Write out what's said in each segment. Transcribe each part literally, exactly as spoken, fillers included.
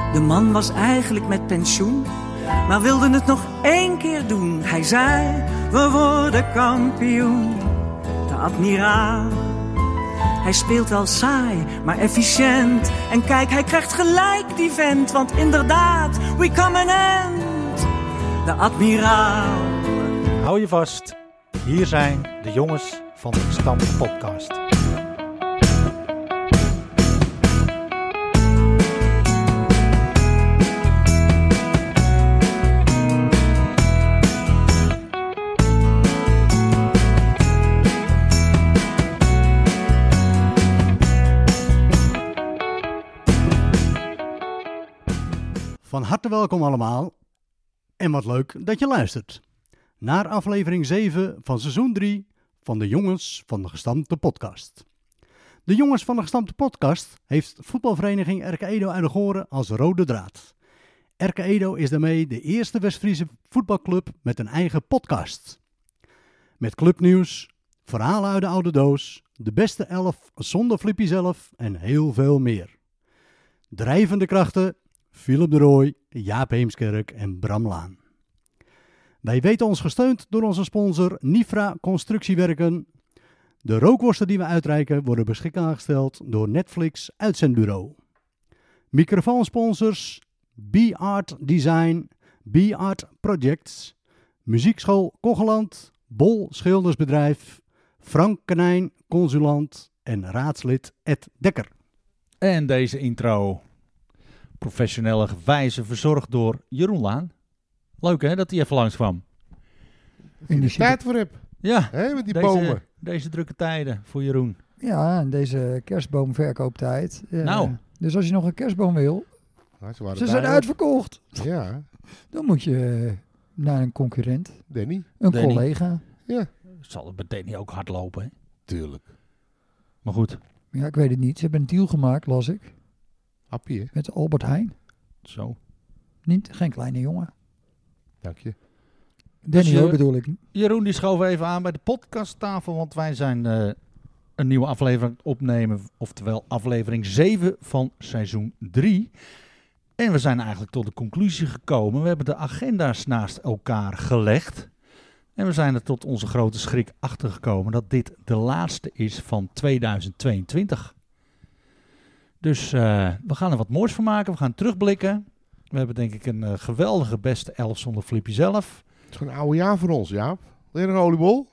De man was eigenlijk met pensioen, maar wilde het nog één keer doen. Hij zei, we worden kampioen. De admiraal. Hij speelt wel saai, maar efficiënt. En kijk, hij krijgt gelijk die vent. Want inderdaad, we come an end. De admiraal. Hou je vast, hier zijn de jongens van de Gestampte Podcast. Van harte welkom allemaal en wat leuk dat je luistert naar aflevering zeven van seizoen drie van de Jongens van de Gestampte Podcast. De Jongens van de Gestampte Podcast heeft voetbalvereniging R K Edo uit de Goren als rode draad. R K Edo is daarmee de eerste West-Friese voetbalclub met een eigen podcast. Met clubnieuws, verhalen uit de oude doos, de beste elf zonder Flippy zelf en heel veel meer. Drijvende krachten Philip de Rooij, Jaap Heemskerk en Bram Laan. Wij weten ons gesteund door onze sponsor Nifra Constructiewerken. De rookworsten die we uitreiken worden beschikbaar gesteld door Netflix Uitzendbureau. Microfoonsponsors B-Art Design, B-Art Projects, Muziekschool Kogeland, Bol Schildersbedrijf, Frank Kanijn Consulant en raadslid Ed Dekker. En deze intro professionele wijze verzorgd door Jeroen Laan. Leuk hè, dat hij even langs kwam. In de tijd voor heb. Ja, Hé, met die deze, bomen. deze drukke tijden voor Jeroen. Ja, en deze kerstboomverkooptijd. Ja. Nou. Dus als je nog een kerstboom wil, Nou, ze waren ze zijn daar. uitverkocht. Ja, Dan moet je eh, naar een concurrent, Danny. een Danny. collega. Ja, Zal het meteen niet ook hard lopen hè? tuurlijk. Maar goed, Ja, ik weet het niet. Ze hebben een deal gemaakt, las ik, Appie, hè? met Albert Heijn. zo. Niet, geen kleine jongen. Dank je. Danny Dus, ook eh, bedoel ik. Jeroen die schoof even aan bij de podcasttafel, want wij zijn uh, een nieuwe aflevering opnemen, oftewel aflevering zeven van seizoen drie. En we zijn eigenlijk tot de conclusie gekomen. We hebben de agenda's naast elkaar gelegd. En we zijn er tot onze grote schrik achter gekomen dat dit de laatste is van tweeduizend tweeëntwintig. Dus uh, we gaan er wat moois van maken. We gaan terugblikken. We hebben denk ik een uh, geweldige beste elf zonder Flippy zelf. Het is gewoon een oude jaar voor ons, Jaap. Wil je een oliebol?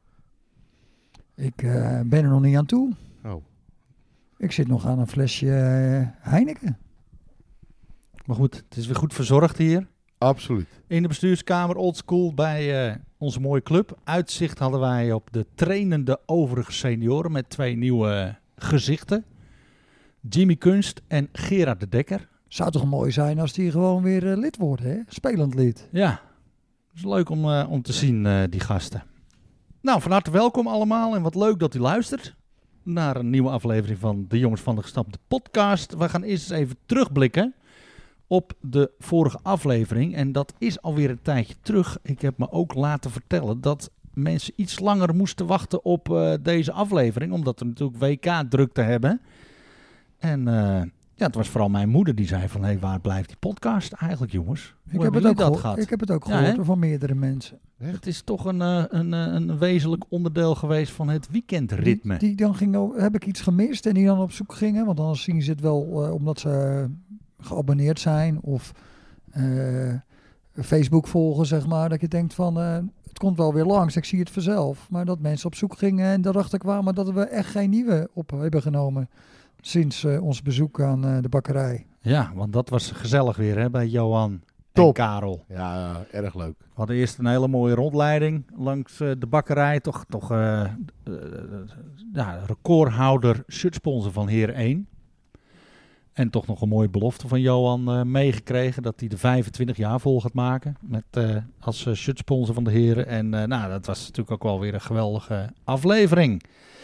Ik uh, ben er nog niet aan toe. Oh. Ik zit nog aan een flesje uh, Heineken. Maar goed, het is weer goed verzorgd hier. Absoluut. In de bestuurskamer oldschool bij uh, onze mooie club. Uitzicht hadden wij op de trainende overige senioren met twee nieuwe gezichten. Jimmy Kunst en Gerard de Dekker. Zou toch mooi zijn als die gewoon weer uh, lid wordt, hè? Spelend lid. Ja, het is leuk om, uh, om te zien, uh, die gasten. Nou, van harte welkom allemaal en wat leuk dat u luistert naar een nieuwe aflevering van de Jongens van de Gestampte Podcast. We gaan eerst eens even terugblikken op de vorige aflevering. En dat is alweer een tijdje terug. Ik heb me ook laten vertellen dat mensen iets langer moesten wachten op uh, deze aflevering. Omdat we natuurlijk W K-drukte hebben. En uh, ja, het was vooral mijn moeder die zei van, hé, hey, waar blijft die podcast eigenlijk, jongens? Hoe Ik heb, het jullie ook dat geho- gehad? ik heb het ook Ja, gehoord hè? van meerdere mensen. Het is toch een, uh, een, uh, een wezenlijk onderdeel geweest van het weekendritme. Die, die dan gingen, heb ik iets gemist en die dan op zoek gingen. Want anders zien ze het wel uh, omdat ze geabonneerd zijn of uh, Facebook volgen, zeg maar. Dat je denkt van, uh, het komt wel weer langs, ik zie het vanzelf. Maar dat mensen op zoek gingen en daarachter kwamen dat we echt geen nieuwe op hebben genomen sinds uh, ons bezoek aan uh, de bakkerij. Ja, want dat was gezellig weer hè, bij Johan Top. en Karel. Ja, erg leuk. We hadden eerst een hele mooie rondleiding langs uh, de bakkerij. Toch, toch uh, uh, ja, recordhouder shirtsponsor van Heer één. En toch nog een mooie belofte van Johan uh, meegekregen. Dat hij de vijfentwintig jaar vol gaat maken. Met, uh, als uh, shirtsponsor van de heren. En uh, nou, dat was natuurlijk ook wel weer een geweldige aflevering.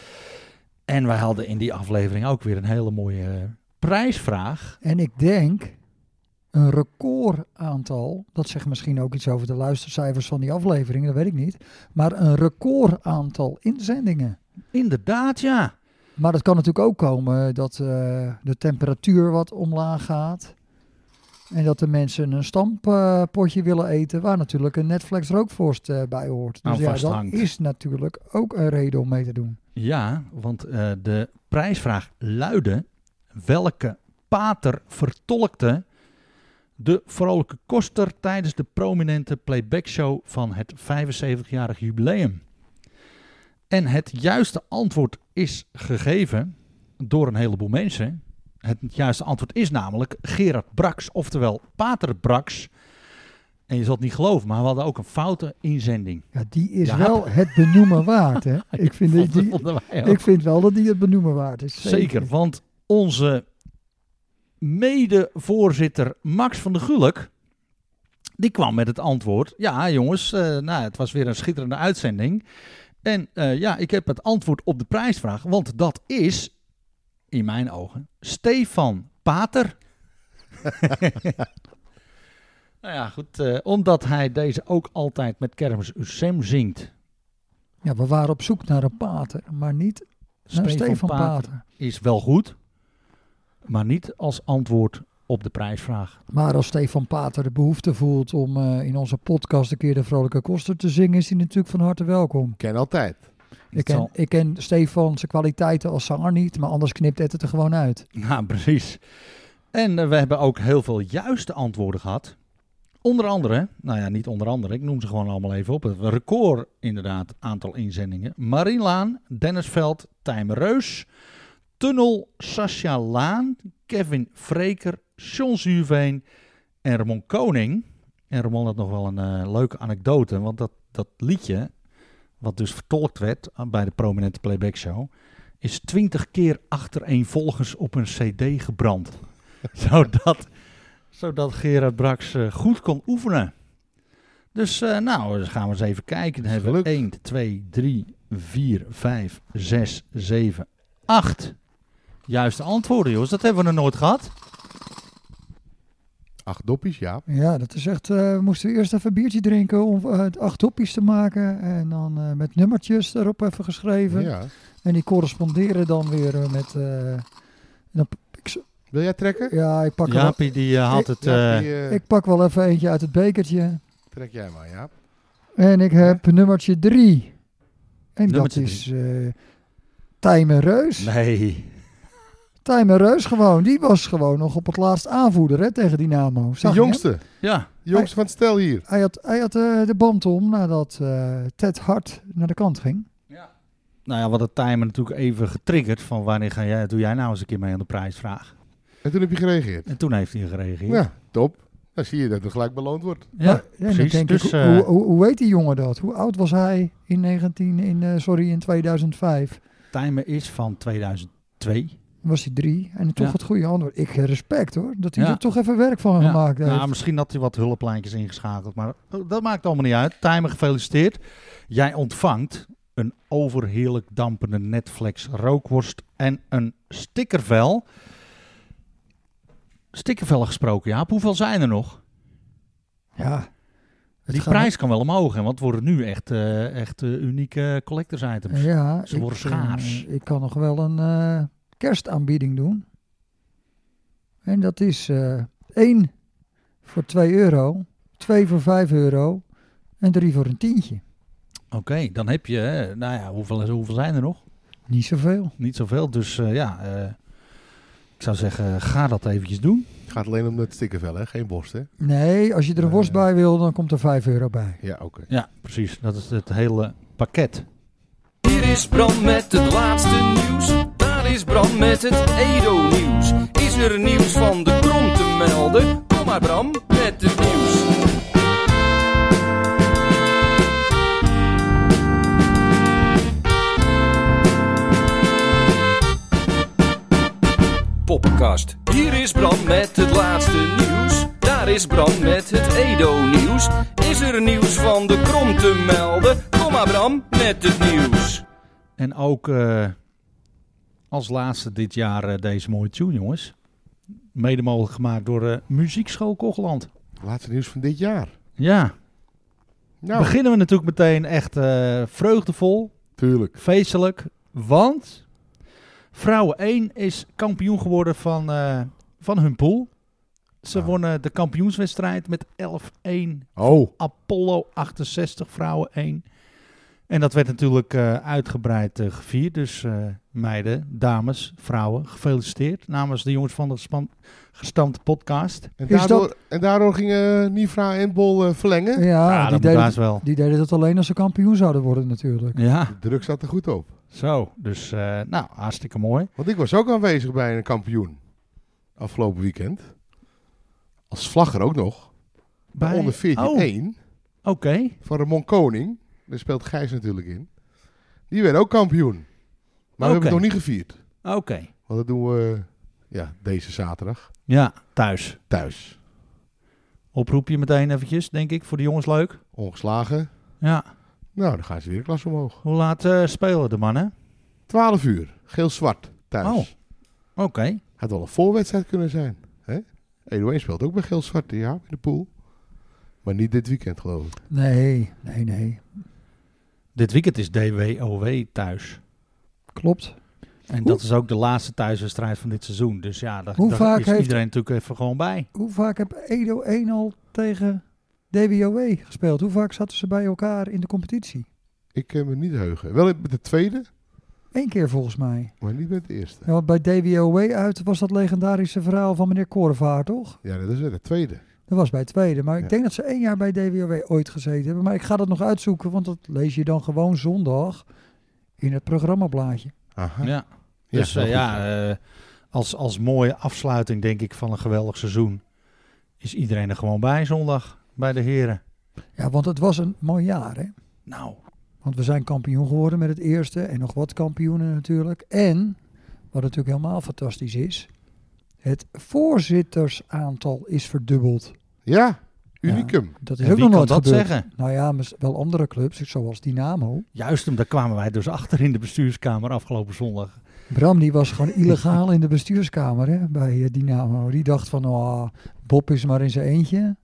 En wij hadden in die aflevering ook weer een hele mooie uh, prijsvraag. En ik denk een recordaantal, dat zegt misschien ook iets over de luistercijfers van die aflevering, dat weet ik niet. Maar een recordaantal inzendingen. Inderdaad, ja. Maar het kan natuurlijk ook komen dat uh, de temperatuur wat omlaag gaat. En dat de mensen een stampotje uh, willen eten, waar natuurlijk een Netflix rookvorst uh, bij hoort. Dus Nou, ja, dat vasthangt. is natuurlijk ook een reden om mee te doen. Ja, want uh, de prijsvraag luidde: welke pater vertolkte de vrolijke koster tijdens de prominente playbackshow van het vijfenzeventigjarig jubileum? En het juiste antwoord is gegeven door een heleboel mensen. Het juiste antwoord is namelijk Gerard Brax, oftewel Pater Brax. En je zult het niet geloven, maar we hadden ook een foute inzending. Ja, die is Ja. wel het benoemen waard. Hè? Ik, vind die, die, Vonden wij ook. ik vind wel dat die het benoemen waard is. Zeker, Zeker, want onze mede-voorzitter Max van der Gulik, die kwam met het antwoord: ja jongens, uh, nou, het was weer een schitterende uitzending. En uh, ja, ik heb het antwoord op de prijsvraag, want dat is, in mijn ogen, Stefan Pater. Nou ja, goed, uh, omdat hij deze ook altijd met Kermis U S E M zingt. Ja, we waren op zoek naar een pater, maar niet naar Stefan Pater. Is wel goed, maar niet als antwoord op de prijsvraag. Maar als Stefan Pater de behoefte voelt om uh, in onze podcast een keer de Vrolijke Koster te zingen, is hij natuurlijk van harte welkom. Ken altijd. Ik ken, zal... ik ken Stefan zijn kwaliteiten als zanger niet, maar anders knipt het er gewoon uit. Nou, precies. En uh, we hebben ook heel veel juiste antwoorden gehad. Onder andere, nou ja, niet onder andere, ik noem ze gewoon allemaal even op. Het record inderdaad, aantal inzendingen. Marien Laan, Dennis Veld, Tijmen Reus, Tunnel, Sascha Laan, Kevin Vreker, John Zuurveen en Ramon Koning. En Ramon had nog wel een uh, leuke anekdote, want dat, dat liedje, wat dus vertolkt werd bij de prominente playback show, is twintig keer achtereenvolgens op een cd gebrand. Zodat... Zodat Gerard Brax uh, goed kon oefenen. Dus uh, nou, dan gaan we eens even kijken. Dan hebben we één, twee, drie, vier, vijf, zes, zeven, acht juiste antwoorden, jongens. Dat hebben we nog nooit gehad. Acht doppies, ja. Ja, dat is echt, uh, we moesten eerst even een biertje drinken om uh, acht doppies te maken. En dan uh, met nummertjes erop even geschreven. ja. En die corresponderen dan weer uh, met... Uh, dan ik, Wil jij trekken? ja, ik pak, er Jaapie die uh, haalt Ik- het... Uh, Ja, die, wel, eh, ik pak wel even eentje uit het bekertje. trek jij maar, ja. En ik heb nummertje drie. En Nummertje dat is uh, Tijmen Reus. nee. Tijmen Reus gewoon. Die was gewoon nog op het laatst aanvoerder hè, tegen Dynamo. De Zag je hem? jongste. Ja, De jongste van het stel hier. Hij had, hij had uh, de band om nadat uh, Ted Hart naar de kant ging. nou ja, wat het timer natuurlijk even getriggerd van wanneer ga jij, doe jij nou eens een keer mee aan de prijsvraag. En toen heb je gereageerd. En toen heeft hij gereageerd. Ja, top. Dan zie je dat er gelijk beloond wordt. Ja, Maar- en dan precies. denk Dus, ik, uh, hoe, hoe, hoe weet die jongen dat? Hoe oud was hij in, negentien, in, uh, sorry, in tweeduizend vijf? timer is van tweeduizend twee. Was hij drie? En toch Ja. het goede antwoord. Ik uh, respect hoor. Dat hij Ja. er toch even werk van Ja. gemaakt heeft. Nou, misschien had hij wat hulplijntjes ingeschakeld, maar dat maakt allemaal niet uit. Timer, gefeliciteerd. Jij ontvangt een overheerlijk dampende Netflix rookworst en een stickervel. Stickervel gesproken, Jaap. Hoeveel zijn er nog? ja. Het Die gaat- prijs kan wel omhoog, hè, want het worden nu echt, uh, echt uh, unieke collectors items. Ja, Ze ik, worden uh, schaars. ik kan nog wel een uh, kerstaanbieding doen. En dat is uh, één voor twee euro, twee voor vijf euro en drie voor een tientje. Oké, okay, dan heb je, uh, nou ja, hoeveel, hoeveel zijn er nog? Niet zoveel. Niet zoveel, dus uh, ja, uh, ik zou zeggen, ga dat eventjes doen. Het gaat alleen om het stickervel, hè? Geen borst, hè? Nee, als je er een worst bij wil, dan komt er vijf euro bij. Ja, oké. Okay. Ja, precies. Dat is het hele pakket. Hier is Bram met het laatste nieuws. Daar is Bram met het Edo-nieuws. Is er nieuws van de Krom te melden? Kom maar Bram met het nieuws. Poppenkast. Hier is Bram met het laatste nieuws. Daar is Bram met het Edo-nieuws. Is er nieuws van de Krom te melden? Kom maar Bram met het nieuws. En ook uh, als laatste dit jaar uh, deze mooie tune, jongens. Mede mogelijk gemaakt door uh, Muziekschool Kogeland. Laatste nieuws van dit jaar. Ja. Nou, Beginnen we natuurlijk meteen echt uh, vreugdevol, tuurlijk. feestelijk. Want Vrouwen één is kampioen geworden van, uh, van hun pool. Ze Ah. wonnen de kampioenswedstrijd met elf één. Oh, Apollo achtenzestig, vrouwen één. En dat werd natuurlijk uh, uitgebreid uh, gevierd. Dus uh, meiden, dames, vrouwen, gefeliciteerd. Namens de jongens van de gespan- gestampte podcast. en Is daardoor, dat- en daardoor gingen Nifra en Bol uh, verlengen. Ja, Ja, die, dat moet deden haast het, wel. die deden het alleen als ze kampioen zouden worden natuurlijk. Ja, De druk zat er goed op. zo. Dus uh, nou, hartstikke mooi. Want ik was ook aanwezig bij een kampioen. Afgelopen weekend. Als vlagger ook nog. Bij onder veertien één. Oh, oké. Okay. Van Ramon Koning. Daar speelt Gijs natuurlijk in. Die werd ook kampioen. Maar we Oké. hebben het nog niet gevierd. Oké. Okay. Want dat doen we ja, deze zaterdag. Ja, thuis. Thuis. Oproepje meteen eventjes, denk ik, voor de jongens leuk. Ongeslagen. Ja. Nou, dan gaan ze weer een klas omhoog. Hoe laat uh, spelen de mannen? twaalf uur. Geel-zwart. Thuis. Oh, oké. Okay. Had wel een voorwedstrijd kunnen zijn. Hè? Edo één speelt ook bij Geel-zwart. Ja, in de pool. Maar niet dit weekend, geloof ik. Nee, nee, nee. Dit weekend is D W O W thuis. Klopt. En Hoe? dat is ook de laatste thuiswedstrijd van dit seizoen. Dus ja, daar, Hoe daar vaak is heeft- iedereen natuurlijk even gewoon bij. Hoe vaak heb Edo één al tegen D W O W gespeeld? Hoe vaak zaten ze bij elkaar in de competitie? Ik kan me niet heugen. Wel met de tweede, Eén keer volgens mij. maar niet met de eerste. Ja, want bij D W O W uit was dat legendarische verhaal van meneer Korevaart, toch? Ja, dat is weer de tweede. Dat was bij het tweede. Maar ik Ja. denk dat ze één jaar bij D W O W ooit gezeten hebben. Maar ik ga dat nog uitzoeken, want dat lees je dan gewoon zondag in het programmablaadje. Aha. Ja. Ja, Dus wel uh, goed, ja, uh, als, als mooie afsluiting denk ik van een geweldig seizoen is iedereen er gewoon bij zondag bij de heren. Ja, want het was een mooi jaar, hè? Nou, Want we zijn kampioen geworden met het eerste en nog wat kampioenen natuurlijk. En, wat natuurlijk helemaal fantastisch is, het voorzittersaantal is verdubbeld. Ja, unicum. Dat is en ook wie nog kan nooit dat gebeurd. zeggen? Nou ja, mis- wel andere clubs, zoals Dynamo. Juist hem, daar kwamen wij dus achter in de bestuurskamer afgelopen zondag. Bram die was gewoon illegaal in de bestuurskamer hè, bij eh, Dynamo. Die dacht van, oh, Bob is maar in zijn eentje.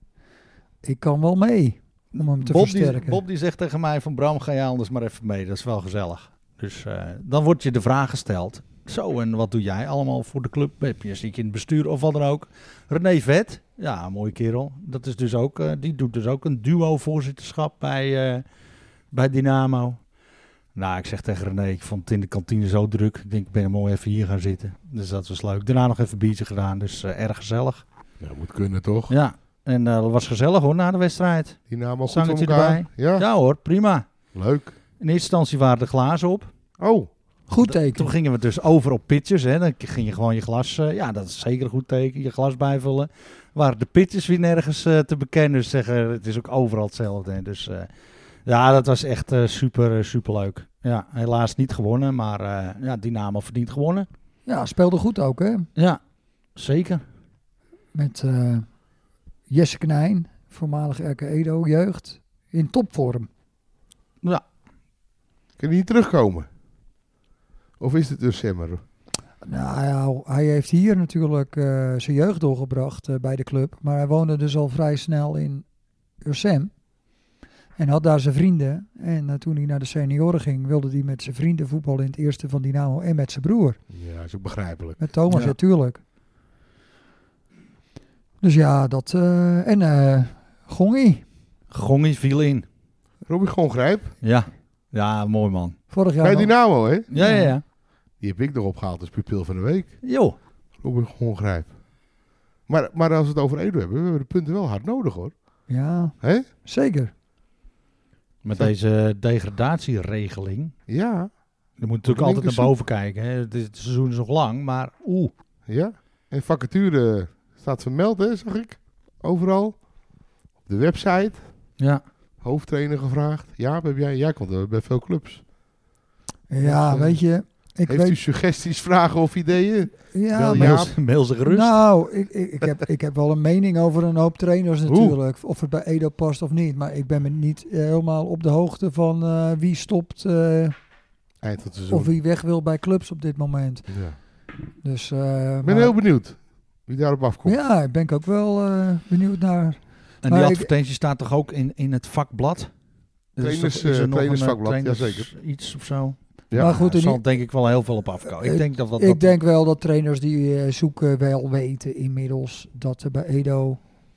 Ik kan wel mee om hem te Bob die, versterken. Bob die zegt tegen mij van Bram, ga jij anders maar even mee. Dat is wel gezellig. Dus uh, dan wordt je de vraag gesteld. Zo, en wat doe jij allemaal voor de club? Heb je, zit je in het bestuur of wat dan ook? René Vet, ja, een mooie kerel. Dat is dus ook, uh, die doet dus ook een duo-voorzitterschap bij, uh, bij Dynamo. Nou, ik zeg tegen René, ik vond het in de kantine zo druk. Ik denk, ik ben er mooi even hier gaan zitten. Dus dat was leuk. Daarna nog even een biertje gedaan, dus uh, erg gezellig. Ja, moet kunnen toch? Ja, en uh, dat was gezellig hoor, na de wedstrijd. Die naam al goed voor Zangetje elkaar. erbij. Ja, Ja hoor, prima. leuk. In eerste instantie waren de glazen op. Oh, Goed teken. Toen gingen we dus over op pitjes. Hè. Dan ging je gewoon je glas, uh, ja dat is zeker een goed teken, je glas bijvullen. Waren de pitjes weer nergens uh, te bekennen. Dus zeggen, het is ook overal hetzelfde. Hè. Dus uh, ja, dat was echt uh, super, uh, super leuk. Ja, helaas niet gewonnen, maar uh, ja, Dynamo verdient gewonnen. Ja, speelde goed ook hè. Ja, zeker. Met uh, Jesse Knijn, voormalig R K Edo jeugd, in topvorm. Ja, kan hij niet terugkomen? Of is het dus Semmer? Nou ja, hij heeft hier natuurlijk uh, zijn jeugd doorgebracht uh, bij de club. Maar hij woonde dus al vrij snel in Ursem. En had daar zijn vrienden. En uh, toen hij naar de senioren ging, wilde hij met zijn vrienden voetballen in het eerste van Dynamo. En met zijn broer. Ja, is ook begrijpelijk. Met Thomas, Ja. natuurlijk. Dus ja, dat... Uh, en uh, Gongie. Gongie viel in. Robin Gongrijp. Ja, ja, mooi man. Vorig jaar Bij nog- Dynamo, hè? Ja, ja, ja. Die heb ik nog opgehaald als pupil van de week. Jo, Robin Gongrijp. Maar, maar als we het over Edo hebben, we hebben de punten wel hard nodig, hoor. Ja, Hè? zeker. met deze degradatieregeling. Ja, Je moet natuurlijk altijd naar boven kijken. Hè. Het, is- het seizoen is nog lang, maar oeh. ja. En vacature staat vermeld, hè, zag ik. Overal. Op de website. Ja. Hoofdtrainer gevraagd. Ja, heb jij, jij komt er bij veel clubs. Ja, Dus, uh, weet je... Ik Heeft weet, u suggesties, vragen of ideeën? ja, wel, maar- ja. Mail, mail ze gerust. Nou, ik, ik, ik, heb, ik heb wel een mening over een hoop trainers Oeh. natuurlijk. Of het bij Edo past of niet. Maar ik ben me niet eh, helemaal op de hoogte van eh, wie stopt eh, Eind van het seizoen. of wie weg wil bij clubs op dit moment. Ja. Dus, eh, Ik ben maar- heel benieuwd wie daarop afkomt. Ja, ik ben ik ook wel eh, benieuwd naar. En maar die ik- advertentie staat toch ook in, in het vakblad? Er is Trainers, toch- is er eh, nog een, eh, trainersvakblad, trainers jazeker. Iets of zo. Ja, maar goed, Daar in zal i- denk ik wel heel veel op afkomen. Ik Eh, denk dat dat... ik dat- denk wel dat trainers die eh, zoeken wel weten inmiddels dat er bij Edo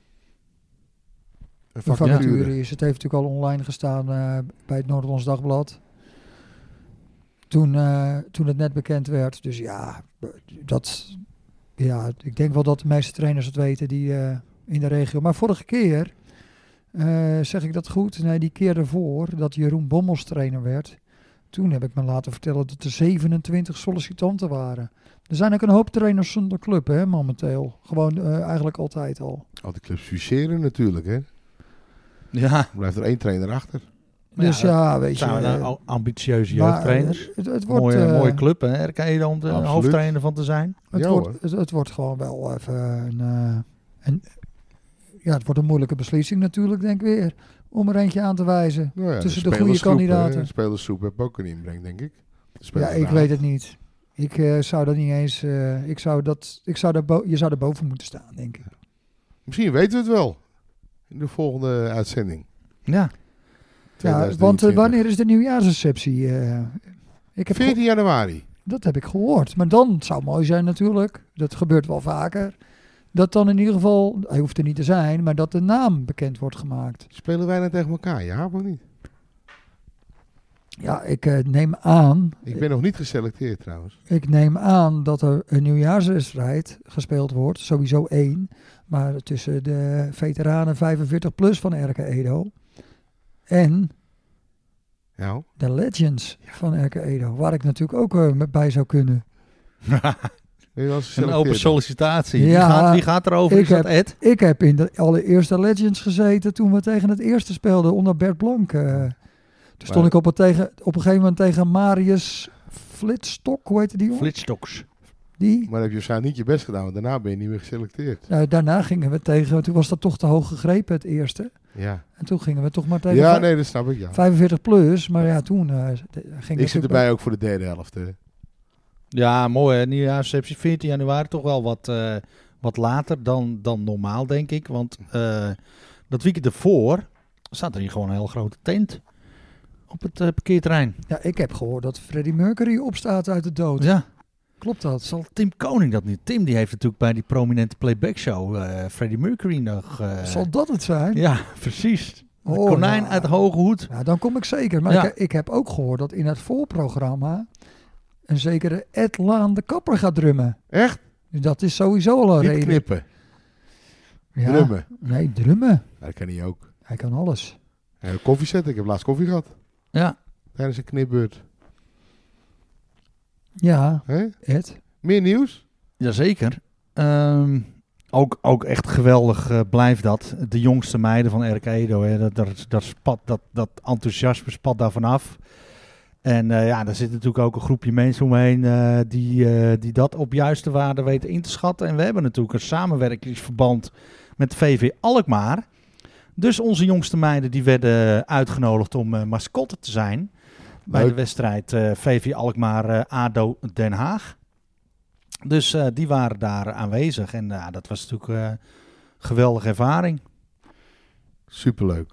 Een een vacature. vacature is. Het heeft natuurlijk al online gestaan uh, bij het Noord-Hollands Dagblad. Toen, uh, toen het net bekend werd. Dus ja, dat, ja, ik denk wel dat de meeste trainers het weten die uh, in de regio. Maar vorige keer, uh, zeg ik dat goed? Nee, die keer ervoor dat Jeroen Bommels trainer werd. Toen heb ik me laten vertellen dat er zevenentwintig sollicitanten waren. Er zijn ook een hoop trainers zonder club, hè, momenteel. Gewoon uh, eigenlijk altijd al. Al die clubs fuseren natuurlijk, hè. Ja, Er blijft er één trainer achter. Maar Dus ja, ja, weet je. zijn we nou uh, al ambitieuze maar, jeugdtrainers. uh, het, het wordt, mooie, uh, mooie club, hè? R K Edo om de Absoluut. hoofdtrainer van te zijn. Het, Ja, wordt, hoor. het, het wordt gewoon wel even een, uh, een... Ja, het wordt een moeilijke beslissing natuurlijk, denk ik weer. Om er eentje aan te wijzen. Nou ja, Tussen de de goede spelersgroep, kandidaten. hè. Spelersgroep heb ik ook een inbreng, denk ik. De Ja, spelersraad. ik weet het niet. Ik uh, zou dat niet eens... Uh, ik zou dat, ik zou daar bo- je zou er boven moeten staan, denk ik. Misschien weten we het wel. In de volgende uitzending. Ja. Ja, want uh, wanneer is de nieuwjaarsreceptie? Uh, ik heb veertien januari. Dat heb ik gehoord. Maar dan zou het mooi zijn natuurlijk. Dat gebeurt wel vaker. Dat dan in ieder geval, hij hoeft er niet te zijn, maar dat de naam bekend wordt gemaakt. Spelen wij dan tegen elkaar? Ja, of niet? Ja, ik uh, neem aan... Ik ben nog niet geselecteerd trouwens. Ik neem aan dat er een nieuwjaarswedstrijd gespeeld wordt. Sowieso één. Maar tussen de veteranen vijfenveertig plus van R K Edo. En Ja. de Legends van R K Edo. Waar ik natuurlijk ook uh, bij zou kunnen. Ben je wel Een geselecteerd open dan? sollicitatie. Ja, wie, gaat, wie gaat erover? ik Is dat heb- Ed? Ik heb in de allereerste Legends gezeten toen we tegen het eerste speelden onder Bert Blank. Uh, toen stond Maar- ik op, het tegen, op een gegeven moment tegen Marius Flitstok. Hoe heette die jongen? Flitstoks. Die? Maar dan heb je waarschijnlijk niet je best gedaan, want daarna ben je niet meer geselecteerd. Nou, daarna gingen we tegen, toen was dat toch te hoog gegrepen het eerste. Ja, En toen gingen we toch maar tegen ja vijf- nee, dat snap ik, ja. vijfenveertig plus. Maar ja, toen uh, ging Ik zit erbij ook voor de derde helft, hè. Ja, mooi hè. Nieuwjaarsreceptie veertien januari. Toch wel wat, uh, wat later dan, dan normaal, denk ik. Want uh, dat weekend ervoor staat er hier gewoon een heel grote tent op het uh, parkeerterrein. Ja, ik heb gehoord dat Freddie Mercury opstaat uit de dood. Ja. Klopt dat? Zal Tim Koning dat niet? Tim die heeft natuurlijk bij die prominente playback show uh, Freddie Mercury nog... Uh, Zal dat het zijn? Ja, precies. Het Oh, konijn nou. uit de hoge hoed. Ja, dan kom ik zeker. Maar Ja. ik, ik heb ook gehoord dat in het voorprogramma een zekere Ed Laan de Kapper gaat drummen. Echt? Dus dat is sowieso al een Niet reden. knippen, Ja, drummen. Nee, drummen. Ja, dat kan hij ook. Hij kan alles. En koffie zetten, ik heb laatst koffie gehad. Ja. Tijdens een knipbeurt. Ja, Hè? Ed. Meer nieuws? Jazeker. Um, ook, ook echt geweldig uh, blijft dat. De jongste meiden van R K Edo, hè, dat, dat, dat, spat, dat, dat enthousiasme spat daar vanaf. En uh, ja, daar zit natuurlijk ook een groepje mensen omheen uh, die, uh, die dat op juiste waarde weten in te schatten. En we hebben natuurlijk een samenwerkingsverband met V V Alkmaar. Dus onze jongste meiden die werden uitgenodigd om uh, mascotte te zijn bij Leuk. de wedstrijd uh, V V Alkmaar uh, A D O Den Haag. Dus uh, die waren daar aanwezig en uh, dat was natuurlijk een uh, geweldige ervaring. Superleuk.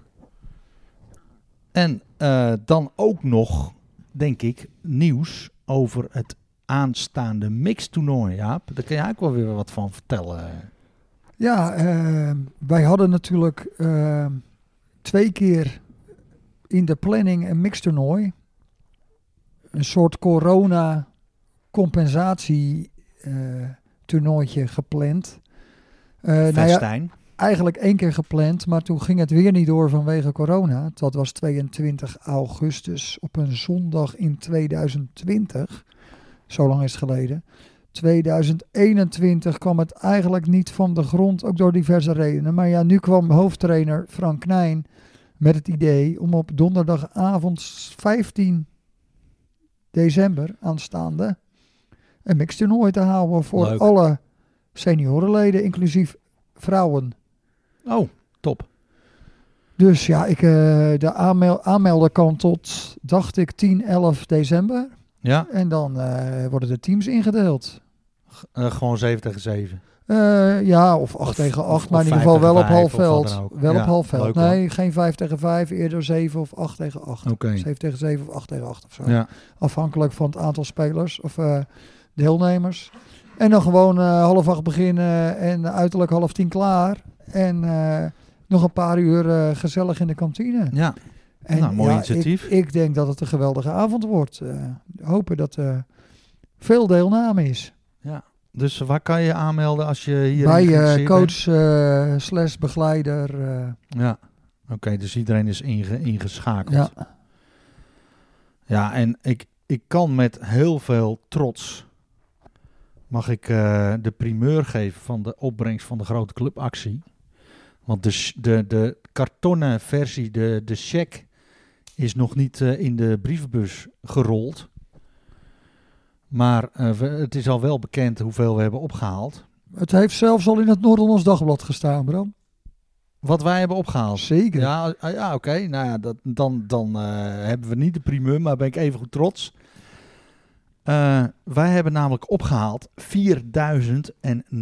En uh, dan ook nog, denk ik, nieuws over het aanstaande mixtoernooi, Jaap. Daar kan jij ook wel weer wat van vertellen. Ja, uh, wij hadden natuurlijk uh, twee keer in de planning een mixtoernooi. Een soort corona-compensatie uh, toernooitje gepland. Uh, nou ja, Festijn. eigenlijk één keer gepland, maar toen ging het weer niet door vanwege corona. Dat was tweeëntwintig augustus op een zondag in tweeduizend twintig. Zo lang is het geleden. tweeduizend eenentwintig kwam het eigenlijk niet van de grond, ook door diverse redenen. Maar ja, nu kwam hoofdtrainer Frank Knijn met het idee om op donderdagavond vijftien december aanstaande een mixtoernooi te houden voor Leuk. alle seniorenleden, inclusief vrouwen. Oh, top. Dus ja, ik, uh, de aanmel- aanmelden kan tot, dacht ik, tien, elf december. Ja, En dan uh, worden de teams ingedeeld. uh, gewoon zeven tegen zeven. Uh, ja, of acht Of- tegen acht, of- maar of in ieder geval vijf wel op tegen half vijf of wat veld. dan ook. Wel Ja, op half veld. leuk, hoor. Nee, geen vijf tegen vijf, eerder zeven of acht tegen acht. Oké. zeven tegen zeven of acht tegen acht of zo. Ja. Afhankelijk van het aantal spelers of uh, deelnemers. En dan gewoon uh, half acht beginnen en uiterlijk half tien klaar. En uh, nog een paar uur uh, gezellig in de kantine. Ja. En Nou, mooi ja, initiatief. Ik, ik denk dat het een geweldige avond wordt. Uh, hopen dat er uh, veel deelname is. Ja. Dus waar kan je aanmelden als je hier Bij uh, geïnteresseerd coach uh, slash begeleider. Uh, bent? Ja. Oké, okay, dus iedereen is inge, ingeschakeld. ja. Ja, en ik, ik kan met heel veel trots, mag ik uh, de primeur geven van de opbrengst van de grote clubactie. Want de, de, de kartonnen versie, de, de cheque, is nog niet uh, in de brievenbus gerold. Maar uh, we, het is al wel bekend hoeveel we hebben opgehaald. Het heeft zelfs al in het Noord-Hollands Dagblad gestaan, Bram. Wat wij hebben opgehaald. Zeker. Ja, uh, ja oké. Okay. Nou ja, dat, dan, dan uh, hebben we niet de primeur, maar ben ik even goed trots. Uh, wij hebben namelijk opgehaald vierduizend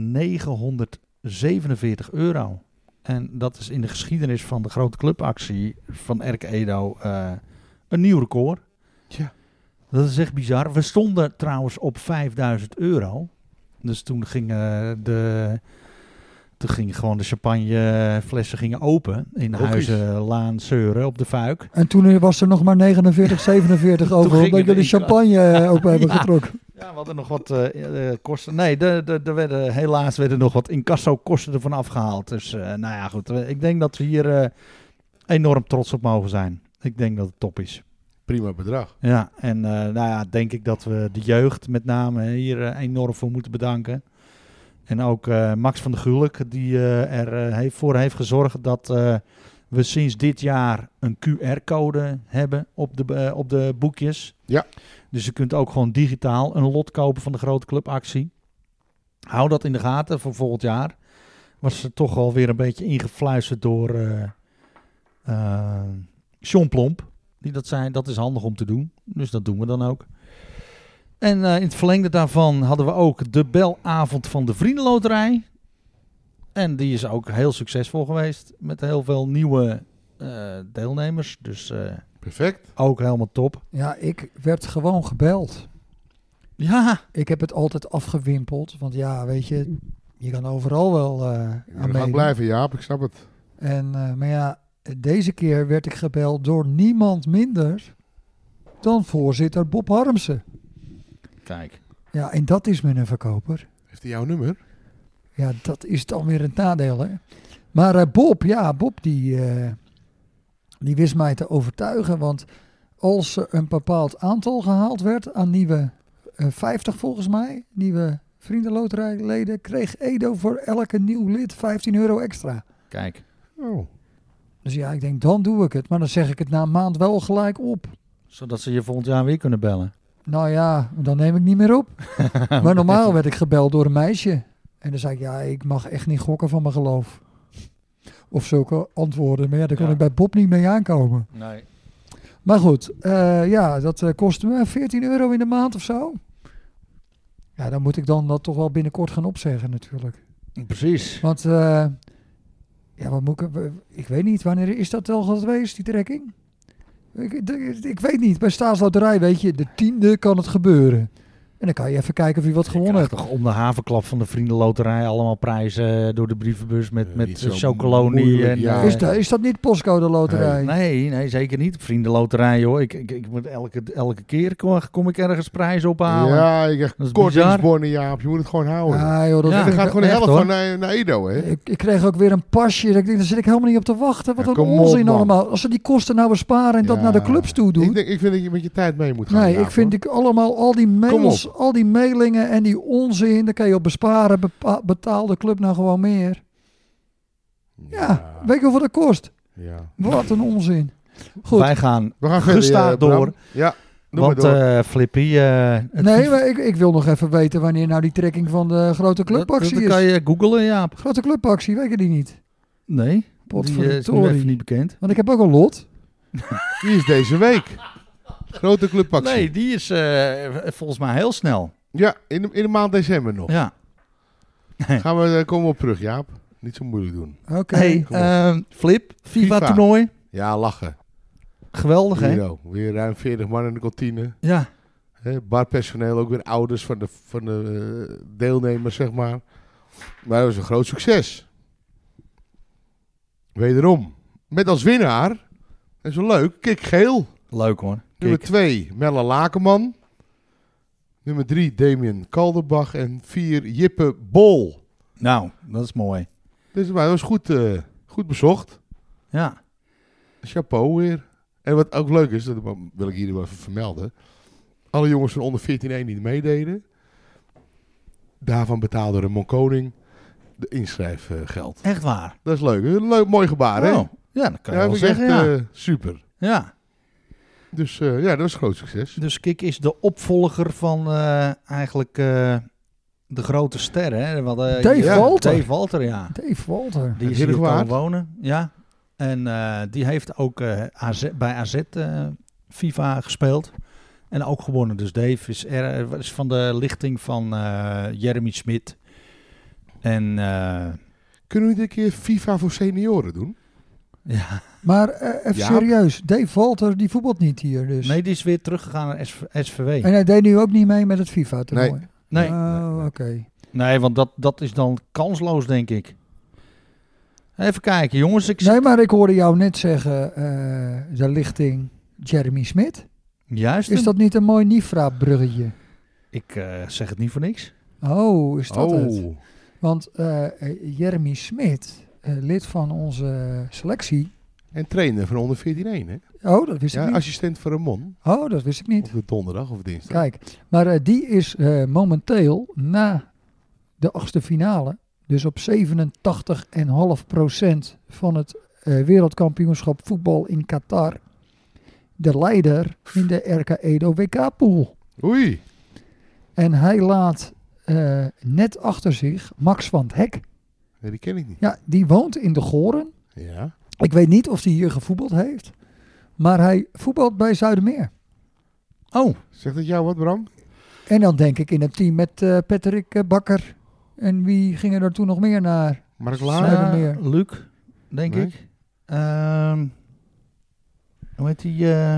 negenhonderdzevenenveertig euro. En dat is in de geschiedenis van de grote clubactie van R K Edo uh, een nieuw record. Ja. Dat is echt bizar. We stonden trouwens op vijfduizend euro. Dus toen gingen de... Toen gingen gewoon de champagneflessen gingen open in Logisch. Huizen Laan Seuren op de Fuik. En toen was er nog maar negenenveertig, zevenenveertig over, ging omdat het jullie in- champagne open hebben Ja. getrokken. Ja, we hadden nog wat uh, uh, kosten. Nee, de, de, de werden, helaas werden nog wat incasso-kosten ervan afgehaald. Dus uh, nou ja, goed. Uh, ik denk dat we hier uh, enorm trots op mogen zijn. Ik denk dat het top is. Prima bedrag. Ja, en uh, nou ja, denk ik dat we de jeugd met name hier uh, enorm voor moeten bedanken. En ook uh, Max van der Gulik, die uh, er uh, heeft, voor heeft gezorgd dat uh, we sinds dit jaar een Q R-code hebben op de, uh, op de boekjes. Ja. Dus je kunt ook gewoon digitaal een lot kopen van de grote clubactie. Hou dat in de gaten voor volgend jaar. Was er toch alweer een beetje ingefluisterd door uh, uh, Sean Plomp. Die dat zei, dat is handig om te doen. Dus dat doen we dan ook. En uh, in het verlengde daarvan hadden we ook de belavond van de Vriendenloterij. En die is ook heel succesvol geweest. Met heel veel nieuwe uh, deelnemers. Dus uh, Perfect. ook helemaal top. Ja, ik werd gewoon gebeld. Ja, Ik heb het altijd afgewimpeld, want ja, weet je, je kan overal wel uh, Ja, aan we gaan meedoen. blijven, Jaap. Ik snap het. En, uh, maar ja, deze keer werd ik gebeld door niemand minder dan voorzitter Bob Harmsen. kijk. Ja, en dat is mijn verkoper. Heeft hij jouw nummer? Ja, dat is dan weer een nadeel, hè. Maar uh, Bob, ja, Bob die, uh, die wist mij te overtuigen, want als er een bepaald aantal gehaald werd aan nieuwe, uh, vijftig volgens mij, nieuwe vriendenloterijleden, kreeg Edo voor elke nieuw lid vijftien euro extra. Kijk. Oh. Dus ja, ik denk, dan doe ik het. Maar dan zeg ik het na een maand wel gelijk op. Zodat ze je volgend jaar weer kunnen bellen. Nou ja, dan neem ik niet meer op. Maar normaal werd ik gebeld door een meisje. En dan zei ik, ja, ik mag echt niet gokken van mijn geloof. Of zulke antwoorden. Maar ja, daar kon Ja. ik bij Bob niet mee aankomen. Nee. Maar goed, uh, ja, dat uh, kostte me veertien euro in de maand of zo. Ja, dan moet ik dan dat toch wel binnenkort gaan opzeggen natuurlijk. Precies. Want, uh, ja, wat moet ik... Ik weet niet, wanneer is dat al geweest, die trekking? Ik, de, ik weet niet. Bij Staatsloterij, weet je, de tiende kan het gebeuren. En dan kan je even kijken of je wat gewonnen Je hebt. krijgt toch om de havenklap van de Vriendenloterij allemaal prijzen door de brievenbus met, Eh, met niet uh, zo chocolonie. moeilijk, En, ja. uh, Is, dat, is dat niet postcode loterij? Nee, nee, zeker niet. Vriendenloterij, joh. Ik, ik, ik moet elke, elke keer kom, kom ik ergens prijzen ophalen. Ja, ik krijg Dat is kortingsbonnen, Jaap. Je moet het gewoon houden. Ja, joh, dat Ja. En vind dan ik gaat gewoon de echt, helft hoor. van naar, naar Edo, hè? Ik, ik kreeg ook weer een pasje. Dat ik denk, daar zit ik helemaal niet op te wachten. Wat Ja, een kom op, onzin man. allemaal. Als ze die kosten nou besparen en dat Ja. naar de clubs toe doen. Ik, denk, ik vind dat je met je tijd mee moet gaan. Nee, Jaap, ik vind hoor. ik allemaal al die mails, al die mailingen en die onzin, daar kan je op besparen. Bepa- betaal de club nou gewoon meer. Ja, weet je hoeveel dat kost? Ja. Wat een onzin. Goed. Wij gaan We gaan verder, gestaag eh, Bram. door. Ja, doe Want maar door. uh, Flippy... Uh, het Nee, fief- maar ik, ik wil nog even weten wanneer nou die trekking van de grote dat, clubactie dat is. kan je googlen, Jaap. Grote clubactie, weet je die niet? Nee, die uh, is nu Potverdorie. even niet bekend. Want ik heb ook een lot. Die is deze week. Grote clubactie. Nee, die is uh, volgens mij heel snel. Ja, in de, in de maand december nog. Ja. Gaan we, uh, komen we op terug, Jaap. Niet zo moeilijk doen. Oké. Hey, uh, Flip, FIFA-toernooi. Ja, lachen. Geweldig, hè? Hero. Weer ruim veertig man in de kantine. Ja. He, barpersoneel, ook weer ouders van de, van de uh, deelnemers, zeg maar. Maar dat was een groot succes. Wederom. Met als winnaar, dat is wel leuk, Kik Geel. Leuk hoor. Nummer twee, Melle Lakenman. Nummer drie, Damien Kalderbach. En vier, Jippe Bol. Nou, dat is mooi. Dus dat was goed, uh, goed bezocht. Ja. Chapeau weer. En wat ook leuk is, dat wil ik hier wel even vermelden. Alle jongens van onder veertien één die meededen. Daarvan betaalde Ramon Koning de inschrijfgeld. Echt waar? Dat is leuk. Een leuk, mooi gebaar, hè? Oh, ja, dat kan je ja, wel vind ik zeggen, echt ja. uh, super. Ja. Dus uh, ja, dat was een groot succes. Dus Kik is de opvolger van uh, eigenlijk uh, de grote sterren. Hè? Wat, uh, Dave ja, Walter. Dave Walter, ja. Dave Walter. Die is hier komen wonen. Ja. En uh, die heeft ook uh, A Z, bij A Z uh, FIFA gespeeld. En ook gewonnen. Dus Dave is, er, is van de lichting van uh, Jeremy Smit. En uh, kunnen we dit een keer FIFA voor senioren doen? Ja. Maar uh, even ja. serieus, Dave Walter die voetbalt niet hier dus. Nee, die is weer teruggegaan naar S V W. En hij deed nu ook niet mee met het FIFA-toernooi? Nee. Nee. Oh, oké. Okay. Nee, want dat, dat is dan kansloos, denk ik. Even kijken, jongens. Ik nee, maar ik hoorde jou net zeggen, uh, de lichting Jeremy Smit. Juist. Is dat niet een mooi Nifra-bruggetje? Ik uh, zeg het niet voor niks. Oh, is dat oh. het? Want uh, Jeremy Smit, uh, lid van onze selectie. En trainer van onder veertien één, hè? Oh, dat wist ja, ik niet. Assistent voor Ramon. Oh, dat wist ik niet. Of de donderdag of dinsdag. Kijk, maar uh, die is uh, momenteel na de achtste finale, dus op zevenentachtig komma vijf procent van het uh, wereldkampioenschap voetbal in Qatar, de leider in de R K Edo W K-pool. Oei. En hij laat uh, net achter zich Max van 't Hek. Nee, die ken ik niet. Ja, die woont in de Goren. Ja. Ik weet niet of hij hier gevoetbald heeft, maar hij voetbalt bij Zuidermeer. Oh. Zegt dat jou wat, Bram? En dan denk ik in het team met uh, Patrick uh, Bakker. En wie gingen er toen nog meer naar? Mark Zuidermeer. Uh, Luc, denk nee. ik. Um, hoe heet die? Uh...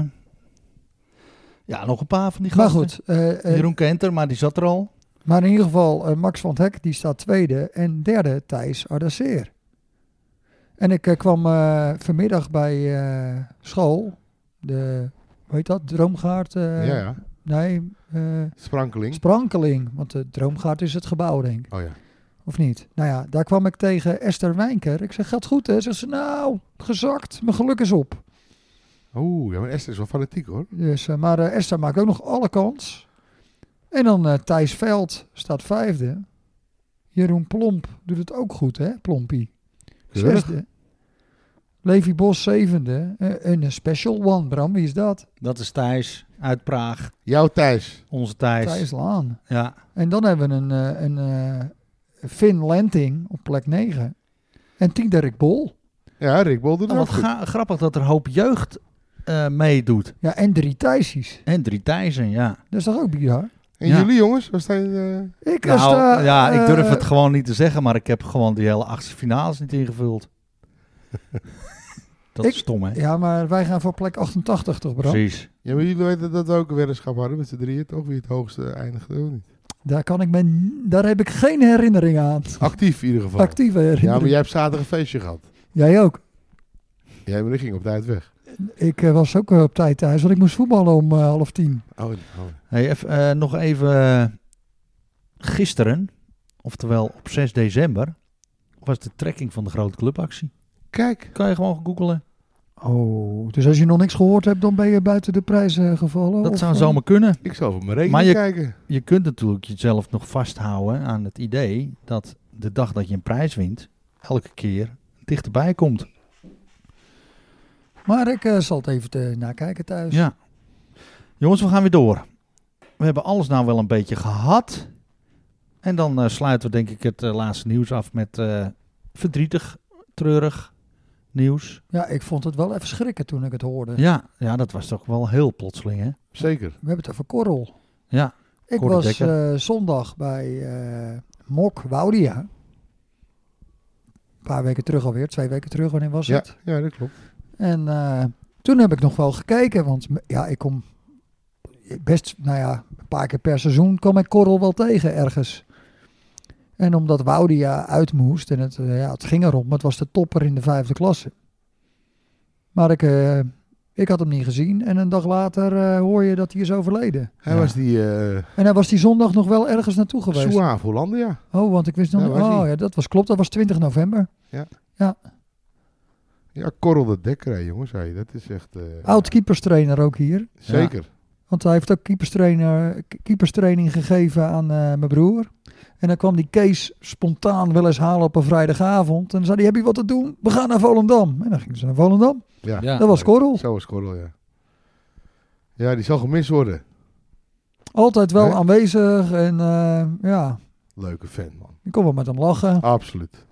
Ja, nog een paar van die gasten. Maar goed. Uh, uh, Jeroen Kenter, maar die zat er al. Maar in ieder geval, uh, Max van 't Hek, die staat tweede. En derde, Thijs Ardaseer. En ik uh, kwam uh, vanmiddag bij uh, school. De, hoe heet dat? Droomgaard? Uh, Ja, ja. Nee. Uh, Sprankeling. Sprankeling. Want de Droomgaard is het gebouw, denk ik. Oh ja. Of niet? Nou ja, daar kwam ik tegen Esther Wijnker. Ik zeg, gaat goed hè? Zegt ze, nou, gezakt. Mijn geluk is op. Oeh, ja, maar Esther is wel fanatiek hoor. Dus, uh, maar uh, Esther maakt ook nog alle kans. En dan uh, Thijs Veld staat vijfde. Jeroen Plomp doet het ook goed hè, Plompie. Zesde. Levi Bos zevende. Uh, een special one, Bram. Wie is dat? Dat is Thijs uit Praag. Jouw Thijs. Onze Thijs. Thijs Laan. Ja. En dan hebben we een, uh, een uh, Finn Lenting op plek negen. En tien Dirk Bol. Ja, Rick Bol doet het Oh, ook wat goed. ga- grappig dat er een hoop jeugd uh, meedoet. Ja, en drie Thijsies. En drie Thijsen, ja. Dat is toch ook bizar? En Ja. jullie jongens, waar staan uh... Ik Nou, sta, ja, ik durf uh, het gewoon niet te zeggen, maar ik heb gewoon die hele achtste finales niet ingevuld. Dat Ik- is stom, hè? Ja, maar wij gaan voor plek achtentachtig toch, Bram? Precies. Ja, maar jullie weten dat we ook een weddenschap hadden met z'n drieën, toch? Wie het hoogste eindigde, of niet? Daar, kan ik me, n- daar heb ik geen herinnering aan. Actief in ieder geval. Actieve herinnering. Ja, maar jij hebt zaterdag een feestje gehad. Jij ook. Jij, maar die ging op tijd weg. Ik uh, was ook uh, op tijd thuis, want ik moest voetballen om uh, half tien. Oh, oh. Hey, even, uh, nog even uh, gisteren, oftewel op zes december, was de trekking van de grote clubactie. Kijk. Kan je gewoon googlen. Oh, dus als je nog niks gehoord hebt, dan ben je buiten de prijs uh, gevallen? Dat of, zou uh, zomaar kunnen. Ik zal op mijn rekening Maar je- kijken. Je kunt natuurlijk jezelf nog vasthouden aan het idee dat de dag dat je een prijs wint, elke keer dichterbij komt. Maar ik uh, zal het even te nakijken thuis. Ja. Jongens, we gaan weer door. We hebben alles nou wel een beetje gehad. En dan uh, sluiten we denk ik het uh, laatste nieuws af met uh, verdrietig, treurig nieuws. Ja, ik vond het wel even schrikken toen ik het hoorde. Ja, ja, dat was toch wel heel plotseling, hè? Zeker. We hebben het over Korrel. Ja, Ik Cor de was Dekker. uh, zondag bij uh, Mok Woudia. Een paar weken terug alweer, twee weken terug, wanneer was Ja, het? ja, dat klopt. En uh, toen heb ik nog wel gekeken, want ja, ik kom best, nou ja, een paar keer per seizoen kom ik Korrel wel tegen ergens. En omdat Woudia uit moest, en het, uh, ja, het ging erom, het was de topper in de vijfde klasse. Maar ik, uh, ik had hem niet gezien en een dag later uh, hoor je dat hij is overleden. Hij Ja. was die uh, En hij was die zondag nog wel ergens naartoe geweest. Suave Hollandia. Oh, want ik wist nog Ja, niet. was Oh hij. ja, dat was klopt. Dat was twintig november. Ja, Korrel de Dekker, hè, jongens. Hey, dat is echt... Uh, Oud keeperstrainer ook hier. Zeker. Want hij heeft ook keeperstrainer, keeperstraining gegeven aan uh, mijn broer. En dan kwam die Kees spontaan wel eens halen op een vrijdagavond. En dan zei hij, heb je wat te doen? We gaan naar Volendam. En dan gingen ze naar Volendam. Ja, Ja. Dat was Korrel. Zo was Korrel, ja. Ja, die zal gemist worden. Altijd wel Hè? aanwezig. En uh, ja, Leuke fan, man. ik kon wel met hem lachen. Absoluut.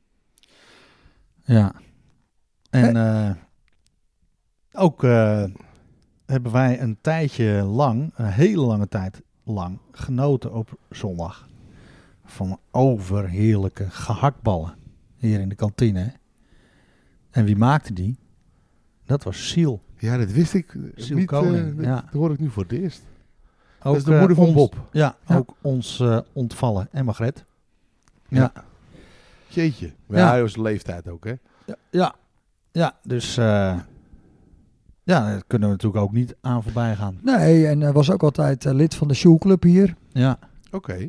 Ja. En uh, ook uh, hebben wij een tijdje lang, een hele lange tijd lang, genoten op zondag van overheerlijke gehaktballen hier in de kantine. En wie maakte die? Dat was Siel. Ja, dat wist ik Siel niet. Koning, uh, dat, ja. dat hoor ik nu voor het eerst. Ook, dat is de moeder uh, van ons, Bob. Ja, Ja. ook ons uh, ontvallen en Margret. Ja. Jeetje. Maar Ja. ja, hij was de leeftijd ook, hè? Ja, ja, ja, dus uh, ja, daar kunnen we natuurlijk ook niet aan voorbij gaan. Nee, en hij was ook altijd uh, lid van de Sjoelclub hier. Ja, Oké. Okay.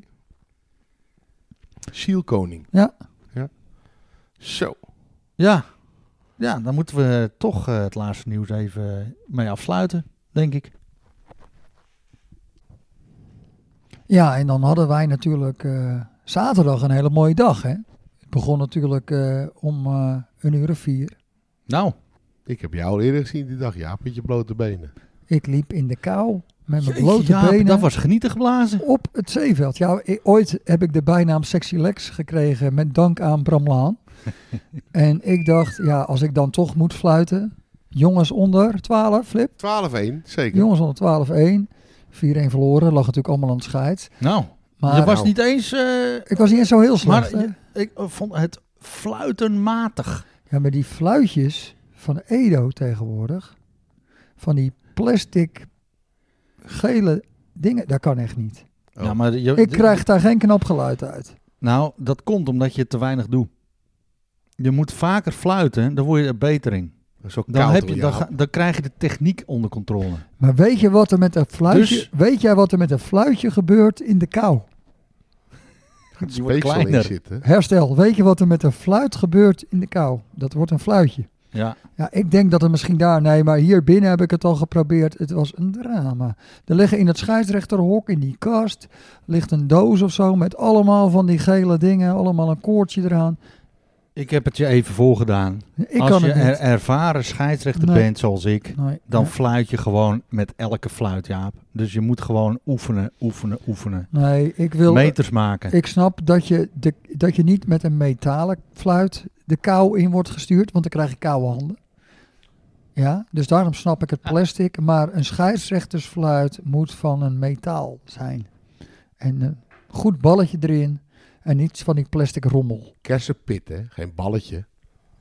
Siel Koning. Ja. Ja. Zo. ja, ja, dan moeten we toch uh, het laatste nieuws even mee afsluiten, denk ik. Ja, en dan hadden wij natuurlijk uh, zaterdag een hele mooie dag, hè. Het begon natuurlijk uh, om uh, een uur of vier. Nou, Ik heb jou al eerder gezien die dag, Jaap, met je blote benen. Ik liep in de kou met mijn jeetje, blote Jaap, benen dat was genieten geblazen. op het zeeveld. Ja, ik, ooit heb ik de bijnaam Sexy Lex gekregen met dank aan Bram Laan. En ik dacht, ja, als ik dan toch moet fluiten. Jongens onder twaalf, Flip. twaalf één, zeker. Jongens onder twaalf één. vier één verloren, lag natuurlijk allemaal aan het scheid. Nou, Maar je was nou. niet eens, uh, ik was niet eens zo heel maar slecht. hè? je- ik uh, vond het fluitenmatig. Ja, maar die fluitjes van Edo tegenwoordig, van die plastic gele dingen, dat kan echt niet. Oh. Ja, maar je, Ik krijg daar geen knapgeluid uit. Nou, dat komt omdat je te weinig doet. Je moet vaker fluiten, dan word je er beter in. Zo Dan, koud, heb je, hoor, dan, Jaap. ga- dan krijg je de techniek onder controle. Maar weet je wat er met een fluitje, Dus- weet jij wat er met een fluitje gebeurt in de kou? Het Die wordt speeksel in kleiner. zitten. Herstel, weet je wat er met een fluit gebeurt in de kou? Dat wordt een fluitje. Ja, Ja, ik denk dat er misschien daar, nee, maar hier binnen heb ik het al geprobeerd. Het was een drama. Er liggen in het scheidsrechterhok, in die kast, ligt een doos of zo met allemaal van die gele dingen, allemaal een koordje eraan. ik heb het je even voorgedaan. Ik Als kan je het niet. er ervaren scheidsrechter Nee. bent zoals ik, Nee, dan nee. fluit je gewoon met elke fluit, Jaap. Dus je moet gewoon oefenen, oefenen, oefenen. Nee, ik wil... Meters maken. Ik snap dat je, de, dat je niet met een metalen fluit de kou in wordt gestuurd, want dan krijg je koude handen. Ja, dus daarom snap ik het plastic. Maar een scheidsrechtersfluit moet van een metaal zijn. En een goed balletje erin en niet van die plastic rommel. Kersenpit, hè? Geen balletje. Het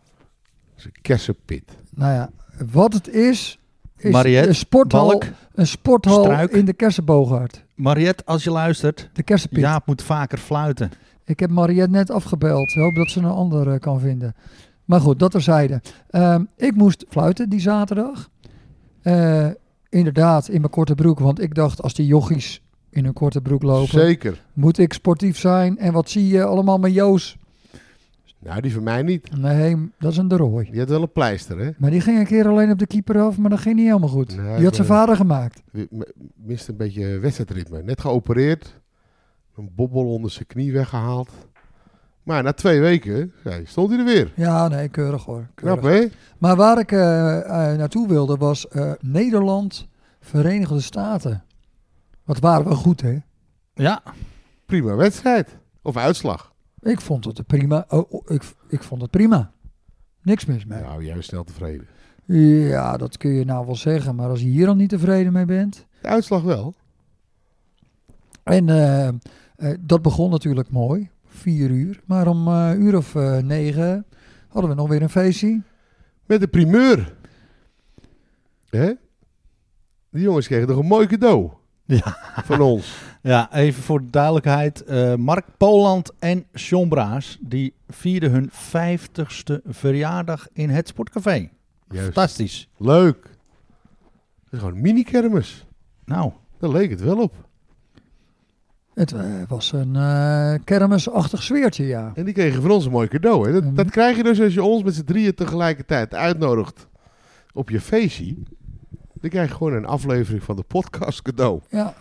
is een kersenpit. Nou ja, wat het is, is Mariette, een sporthal, Balk, een sporthal Struik. in de Kersenboogaard. Mariette, als je luistert, De Kersenpit. Jaap moet vaker fluiten. Ik heb Mariette net afgebeld. Ik hoop dat ze een ander eh, kan vinden. Maar goed, dat terzijde. Ehm ik moest fluiten die zaterdag. Eh, inderdaad, in mijn korte broek. Want ik dacht, als die jochies in een korte broek lopen, Zeker. moet ik sportief zijn. En wat zie je allemaal met Joos? Nou, die van mij niet. Nee, dat is een de rooi. Die had wel een pleister, hè? Maar die ging een keer alleen op de keeper af, maar dat ging niet helemaal goed. Nee, die had zijn ik ben- vader gemaakt. Die m- mist een beetje wedstrijdritme. Net geopereerd. Een bobbel onder zijn knie weggehaald. Maar na twee weken ja, stond hij er weer. Ja, nee, keurig hoor. Keurig. Knap, hè? Maar waar ik eh, eh, naartoe wilde was eh, Nederland, Verenigde Staten. Wat waren we goed, hè? Ja, Prima wedstrijd. Of uitslag. Ik vond het prima. Oh, oh, ik, ik vond het prima. Niks mis mee. Nou, juist snel tevreden. Ja, dat kun je nou wel zeggen. Maar als je hier al niet tevreden mee bent. De uitslag wel. En eh, eh, dat begon natuurlijk mooi. vier uur. Maar om uh, uur of uh, negen hadden we nog weer een feestje. Met de primeur. Hè? Die jongens kregen toch een mooi cadeau. Ja. Van ons. Ja, even voor de duidelijkheid. Uh, Mark Poland en John Braas, die vierden hun vijftigste verjaardag in het Sportcafé. Juist. Fantastisch. Leuk. Dat is gewoon een mini-kermis. Nou. Daar leek het wel op. Het uh, was een uh, kermisachtig sfeertje, ja. En die kregen van ons een mooi cadeau. Hè? Dat, mm. dat krijg je dus als je ons met z'n drieën tegelijkertijd uitnodigt op je feestje. Dan krijg je gewoon een aflevering van de podcast cadeau. Ja.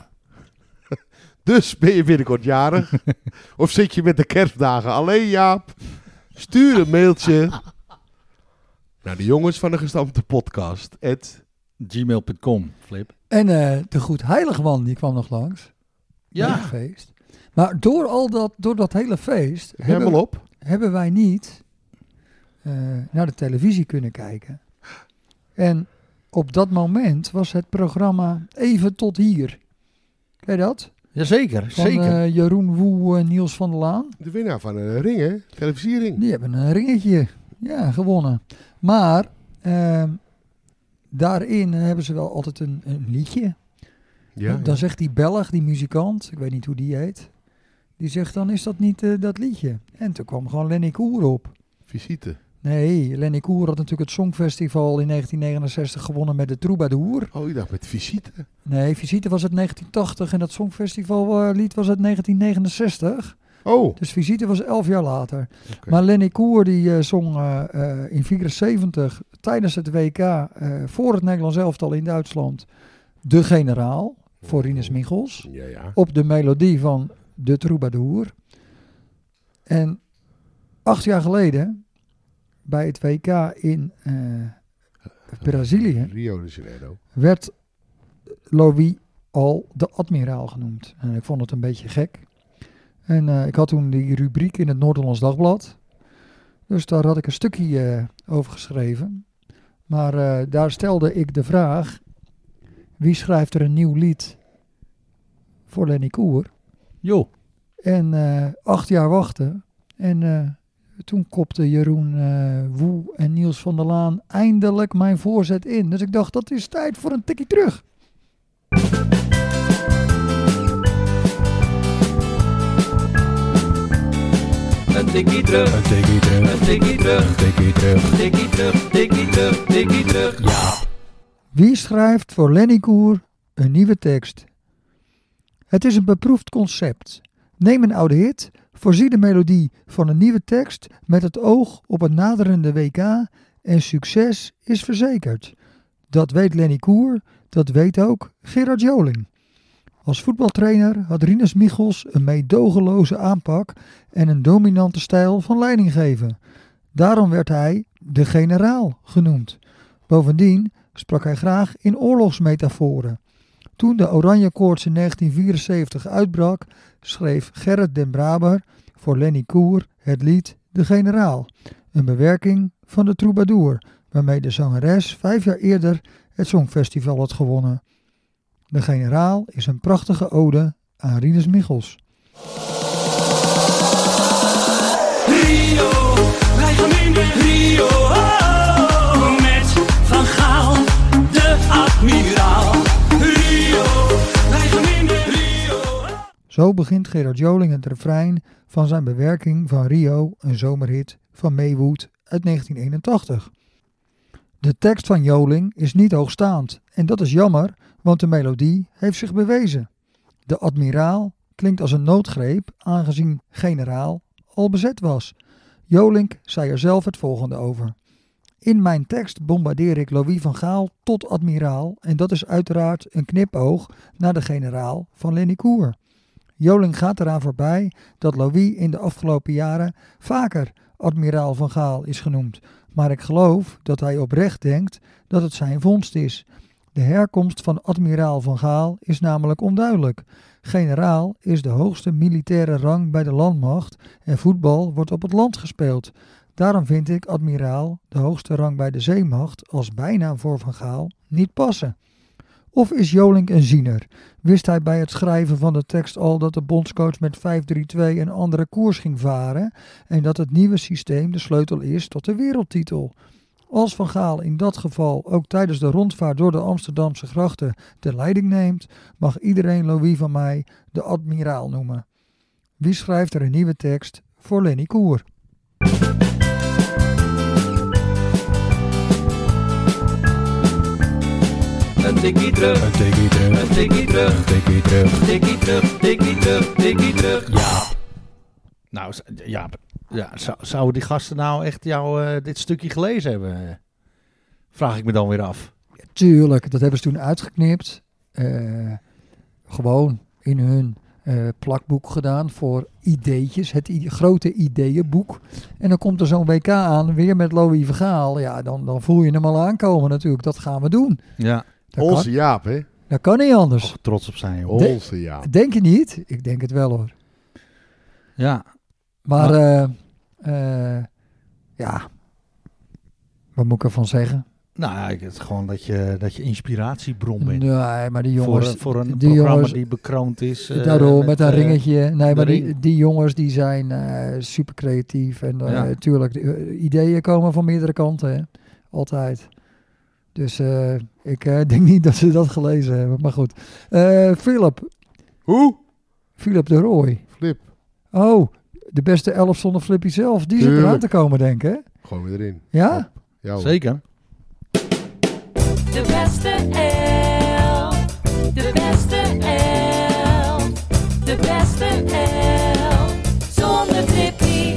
Dus ben je binnenkort jarig? Of zit je met de kerstdagen alleen, Jaap? Stuur een mailtje naar de jongens van de gestampte podcast. At gmail punt com, Flip. En uh, de Goed Heiligman, die kwam nog langs. Ja. Het feest. Maar door al dat, door dat hele feest hebben, op. hebben wij niet uh, naar de televisie kunnen kijken. En op dat moment was het programma Even tot hier. Ken je dat? Jazeker, van, zeker. Uh, Jeroen Woe en Niels van der Laan. De winnaar van een ring, hè? Televisiering. Die hebben een ringetje ja, gewonnen. Maar uh, daarin hebben ze wel altijd een, een liedje. Ja, dan ja. zegt die Belg, die muzikant, ik weet niet hoe die heet, die zegt dan is dat niet uh, dat liedje. En toen kwam gewoon Lenny Koer op. Visite. Nee, Lenny Koer had natuurlijk het Songfestival in negentien negenenzestig gewonnen met de Troubadour. Oh, ik dacht met Visite. Nee, Visite was het negentien tachtig en dat Songfestival uh, lied was het negentien negenenzestig. Oh. Dus Visite was elf jaar later. Okay. Maar Lenny Koer die uh, zong uh, uh, in vierenzeventig tijdens het W K uh, voor het Nederlands elftal in Duitsland De Generaal. Voor Rinus Michels. Ja, ja. Op de melodie van De Troubadour. En acht jaar geleden, bij het W K in uh, Brazilië, Rio de Janeiro, werd Louis al de Admiraal genoemd. En ik vond het een beetje gek. En uh, ik had toen die rubriek in het Noord-Hollands Dagblad. Dus daar had ik een stukje uh, over geschreven. Maar uh, daar stelde ik de vraag: wie schrijft er een nieuw lied voor Lenny Koer? Jo. En uh, acht jaar wachten. En uh, toen kopte Jeroen uh, Woe en Niels van der Laan eindelijk mijn voorzet in. Dus ik dacht, dat is tijd voor een tikkie terug. Een tikkie terug, Een tikkie terug, een tikkie terug, een tikkie terug. tikkie terug, tikkie terug, tikkie terug. Ja. Wie schrijft voor Lenny Koer een nieuwe tekst? Het is een beproefd concept. Neem een oude hit, voorzie de melodie van een nieuwe tekst met het oog op het naderende W K en succes is verzekerd. Dat weet Lenny Koer, dat weet ook Gerard Joling. Als voetbaltrainer had Rinus Michels een meedogenloze aanpak en een dominante stijl van leidinggeven. Daarom werd hij de generaal genoemd. Bovendien sprak hij graag in oorlogsmetaforen. Toen de Oranjekoorts in negentien vierenzeventig uitbrak, schreef Gerrit den Braber voor Lenny Koer het lied De Generaal, een bewerking van de Troubadour, waarmee de zangeres vijf jaar eerder het Songfestival had gewonnen. De Generaal is een prachtige ode aan Rinus Michels. Rio, wij gaan in de Rio, oh, met Van Gaal, de admiraal. Rio, wij gaan in de Rio. Zo begint Gerard Joling het refrein van zijn bewerking van Rio, een zomerhit van Maywood uit negentien eenentachtig. De tekst van Joling is niet hoogstaand en dat is jammer, want de melodie heeft zich bewezen. De admiraal klinkt als een noodgreep aangezien generaal al bezet was. Joling zei er zelf het volgende over. In mijn tekst bombardeer ik Louis van Gaal tot admiraal en dat is uiteraard een knipoog naar de generaal van Lenny Koer. Joling gaat eraan voorbij dat Louis in de afgelopen jaren vaker admiraal van Gaal is genoemd, maar ik geloof dat hij oprecht denkt dat het zijn vondst is. De herkomst van admiraal van Gaal is namelijk onduidelijk. Generaal is de hoogste militaire rang bij de landmacht en voetbal wordt op het land gespeeld. Daarom vind ik admiraal, de hoogste rang bij de zeemacht, als bijnaam voor Van Gaal niet passen. Of is Jolink een ziener? Wist hij bij het schrijven van de tekst al dat de bondscoach met vijf drie twee een andere koers ging varen en dat het nieuwe systeem de sleutel is tot de wereldtitel? Als Van Gaal in dat geval ook tijdens de rondvaart door de Amsterdamse grachten de leiding neemt, mag iedereen Louis van mij de admiraal noemen. Wie schrijft er een nieuwe tekst voor Lenny Koer? Een tikkie terug, Een tikkie terug, een tikkie terug, een tikkie terug. tikkie terug, tikkie terug, tikkie terug. Ja. Nou, z- ja, ja zou, zouden die gasten nou echt jou eh, dit stukje gelezen hebben? Vraag ik me dan weer af. Tuurlijk, dat hebben ze toen uitgeknipt. Eh, gewoon in hun eh, plakboek gedaan voor ideetjes. Het i- grote ideeënboek. En dan komt er zo'n W K aan, weer met Louis van Gaal. Ja, dan, dan voel je hem al aankomen natuurlijk. Dat gaan we doen. Ja, Dat Onze kan, Jaap, hè? dat kan niet anders. toch trots op zijn, joh. Onze Jaap. Denk je niet? Ik denk het wel hoor. Ja, Maar eh, eh, ja, wat moet ik ervan zeggen? nou ja, ik- het is gewoon dat je, dat je inspiratiebron bent. Nee, maar die voor, jongens... een- voor een die programma jongens- die bekroond is. eh, Daarom, met, een eh, ringetje. Nee, de maar die, ring. die jongens die zijn eh, super creatief. En Ja. natuurlijk, ideeën komen van meerdere kanten. Hè? Altijd. Dus eh, ik eh, denk niet dat ze dat gelezen hebben. Maar goed. Eh Philip. Hoe? Philip de Rooij. Flip. Oh, de beste elf zonder Flippy zelf. Die zit eraan Tuurlijk. te komen, denk ik. hè? Gooi me erin. Ja? Ja, hoor. Zeker. De beste elf, de beste elf, de beste elf, zonder Flippy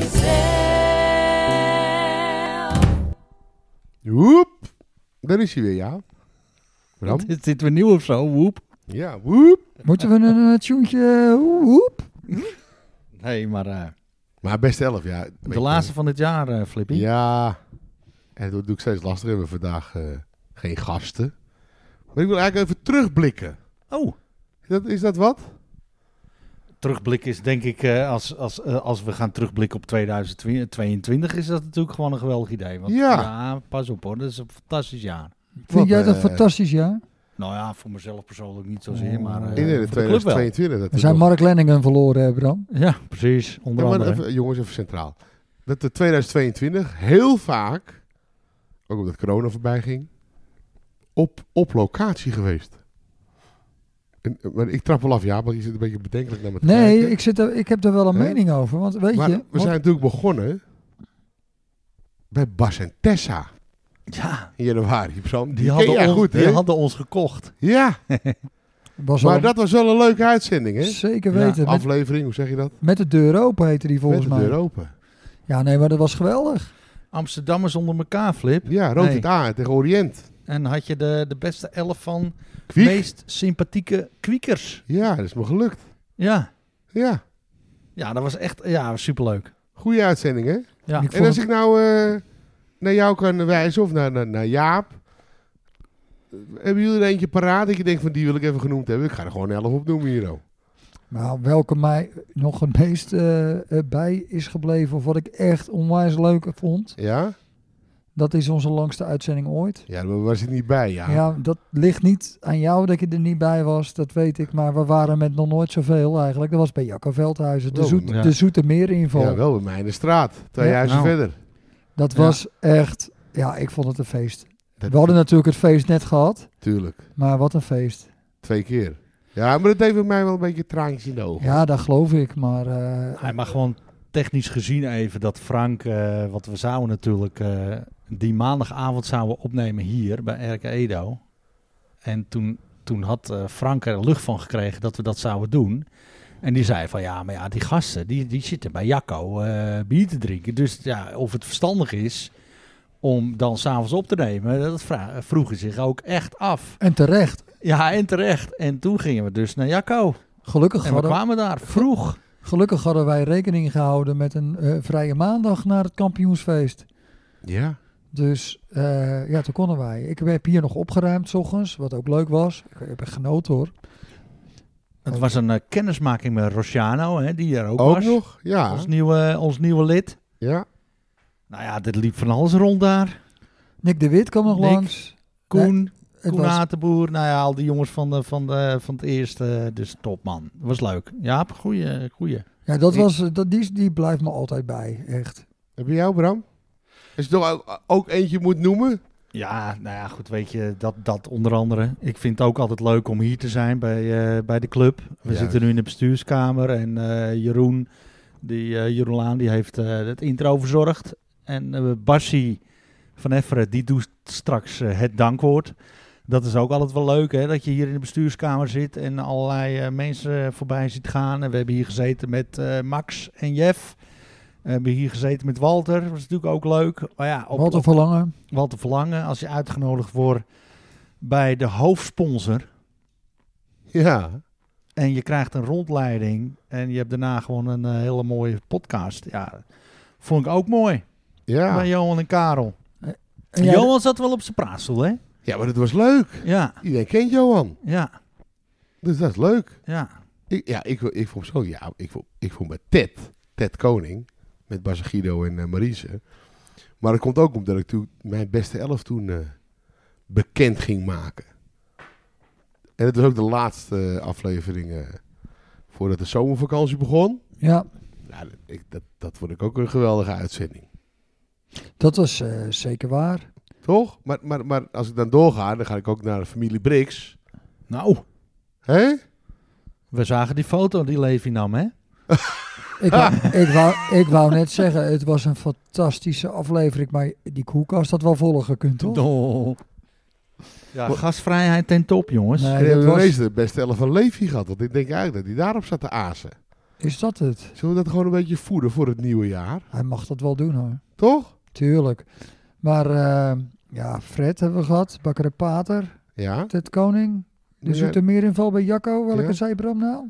zelf. Woep. Daar is hij weer, ja. Bram? Is dit weer nieuw of zo? Woep. Ja, woep. Moeten we een uh, tuentje... Woep? Nee, maar eh, Maar best elf, ja. de laatste van dit jaar, eh, Flippy. Ja. En dat doe ik steeds lastiger. We hebben vandaag eh, geen gasten. Maar ik wil eigenlijk even terugblikken. Oh, Is dat, is dat wat? terugblik is denk ik, eh, als, als, eh, als we gaan terugblikken op tweeduizend tweeëntwintig, is dat natuurlijk gewoon een geweldig idee. Want, Ja. ja, pas op hoor, dat is een fantastisch jaar. Vind Wat, jij dat eh, fantastisch, ja? Nou ja, voor mezelf persoonlijk niet zozeer, Oh. maar eh, Ik denk dat voor de club wel. tweeduizend tweeëntwintig. Dat We zijn nog- Mark Lenningen verloren, hè, Bram? Ja, precies. Onder Ja, maar andere. even, jongens, even centraal. Dat de tweeduizend tweeëntwintig heel vaak, ook omdat corona voorbij ging, op, op locatie geweest. En, maar ik trap wel af, ja, want je zit een beetje bedenkelijk naar me te Nee, kijken. ik, zit er, ik heb er wel een Hè? mening over. Want weet Maar je... we want- zijn natuurlijk begonnen bij Bas en Tessa Ja, in januari. Bram. Die, die, ken hadden, jij ons, goed, die hè? hadden ons gekocht. Ja, was wel maar een- dat was wel een leuke uitzending, hè? Zeker Ja, weten. met, Aflevering, hoe zeg je dat? met de deur open heette die volgens Met de mij. deur open. Ja, nee, maar dat was geweldig. Amsterdammers onder elkaar, Flip. Ja, Rood Nee. het A tegen Oriënt. En had je de, de beste elf van Kwiek. meest sympathieke kwiekers. Ja, dat is me gelukt. Ja. Ja, Ja, dat was echt ja, superleuk. goede uitzending, hè? Ja. Ik En vond als het- ik nou eh, naar jou kan wijzen of naar, naar, naar Jaap. eh, Hebben jullie er eentje paraat dat je denkt van die wil ik even genoemd hebben? Ik ga er gewoon elf op noemen hier. Oh. Nou, welke mij nog het meest eh, eh, bij is gebleven, of wat ik echt onwijs leuk vond, Ja? dat is onze langste uitzending ooit. Ja, maar was het niet bij, ja. Ja, dat ligt niet aan jou dat je er niet bij was, dat weet ik. Maar we waren met nog nooit zoveel eigenlijk. Dat was bij Jacco Veldhuizen, de, Oh, zoet, ja. de Zoetermeer-inval. Ja, wel bij mij in de straat. Twee Ja. huizen Nou. verder. Dat Ja. was echt, ja, ik vond het een feest. Dat- We hadden natuurlijk het feest net gehad, Tuurlijk. maar wat een feest. Twee keer. Ja, maar dat deed bij mij wel een beetje traantjes in de ogen. Ja, dat geloof ik, maar... eh, Hij mag gewoon technisch gezien even dat Frank, eh, wat we zouden natuurlijk eh, die maandagavond zouden opnemen hier bij R K Edo. En toen, toen had eh, Frank er lucht van gekregen dat we dat zouden doen. En die zei van ja, maar ja, die gasten die, die zitten bij Jacco eh, bier te drinken. Dus ja, of het verstandig is om dan s'avonds op te nemen, dat vra- vroegen zich ook echt af. En terecht. Ja, en terecht. En toen gingen we dus naar Jacco. Gelukkig En we hadden, kwamen daar vroeg. gelukkig hadden wij rekening gehouden met een eh, vrije maandag naar het kampioensfeest. Ja. Dus eh, ja, toen konden wij. Ik heb hier nog opgeruimd 's ochtends, wat ook leuk was. Ik heb echt genoten hoor. Het was een eh, kennismaking met Rosciano, hè, die er ook, Ook was. nog? Ja. Ons nieuwe, ons nieuwe lid. Ja. Nou ja, dit liep van alles rond daar. Nick de Wit kwam nog Nick. langs. Koen. het Koen was, Hatenboer, nou ja, al die jongens van, de, van, de, van het eerste. Dus top, man. Was leuk. Ja, goeie, goeie. ja, dat Ik- was, eh, dat, die, die blijft me altijd bij, echt. Heb je jou, Bram? Als je toch ook, ook eentje moet noemen? Ja, nou ja, goed, weet je, dat, dat onder andere. Ik vind het ook altijd leuk om hier te zijn bij, uh, bij de club. We Juist. zitten nu in de bestuurskamer en uh, Jeroen, die, uh, Jeroen Laan, die heeft uh, het intro verzorgd. En uh, Bassie van Efferen, die doet straks uh, het dankwoord. Dat is ook altijd wel leuk, hè, dat je hier in de bestuurskamer zit en allerlei uh, mensen voorbij ziet gaan. En we hebben hier gezeten met uh, Max en Jeff. We hebben hier gezeten met Walter, dat was natuurlijk ook leuk. Maar ja, op, Walter op- Verlangen. Walter Verlangen, als je uitgenodigd wordt bij de hoofdsponsor Ja. en je krijgt een rondleiding en je hebt daarna gewoon een uh, hele mooie podcast. Ja, vond ik ook mooi. Ja. Bij Johan en Karel. En jij- Johan zat wel op zijn praatstoel, hè? Ja, maar dat was leuk. Ja, Iedereen kent Johan. ja, Dus dat is leuk. ja. Ik, ja, ik, ik vond zo, ja, ik vond, ik vond met Ted, Ted Koning, met Bas en Guido en uh, Marise. Maar dat komt ook omdat ik toen mijn beste elf toen uh, bekend ging maken. En het was ook de laatste aflevering uh, voordat de zomervakantie begon. Ja, Ja, dat, ik, dat, dat vond ik ook een geweldige uitzending. dat was eh, zeker waar. Toch? Maar, maar, maar als ik dan doorga, dan ga ik ook naar de familie Brix. Nou, Hé? we zagen die foto die Levi nam, hè? Ik wou, ik, wou, ik wou net zeggen, het was een fantastische aflevering, maar die koelkast had wel voller gekund, toch? Oh. Ja, gastvrijheid ten top, jongens. Nee. En dat hebben we was- ineens de beste elf van Levi gehad. Want ik denk eigenlijk dat hij daarop zat te azen. Is dat het? Zullen we dat gewoon een beetje voeden voor het nieuwe jaar? Hij mag dat wel doen, hoor. Toch? Tuurlijk. Maar eh, ja, Fred hebben we gehad, Bakker en Pater, Ja. Ted Koning, de Ja. Zoetermeerinval bij Jacco. Welke Ja. zei Bram nou?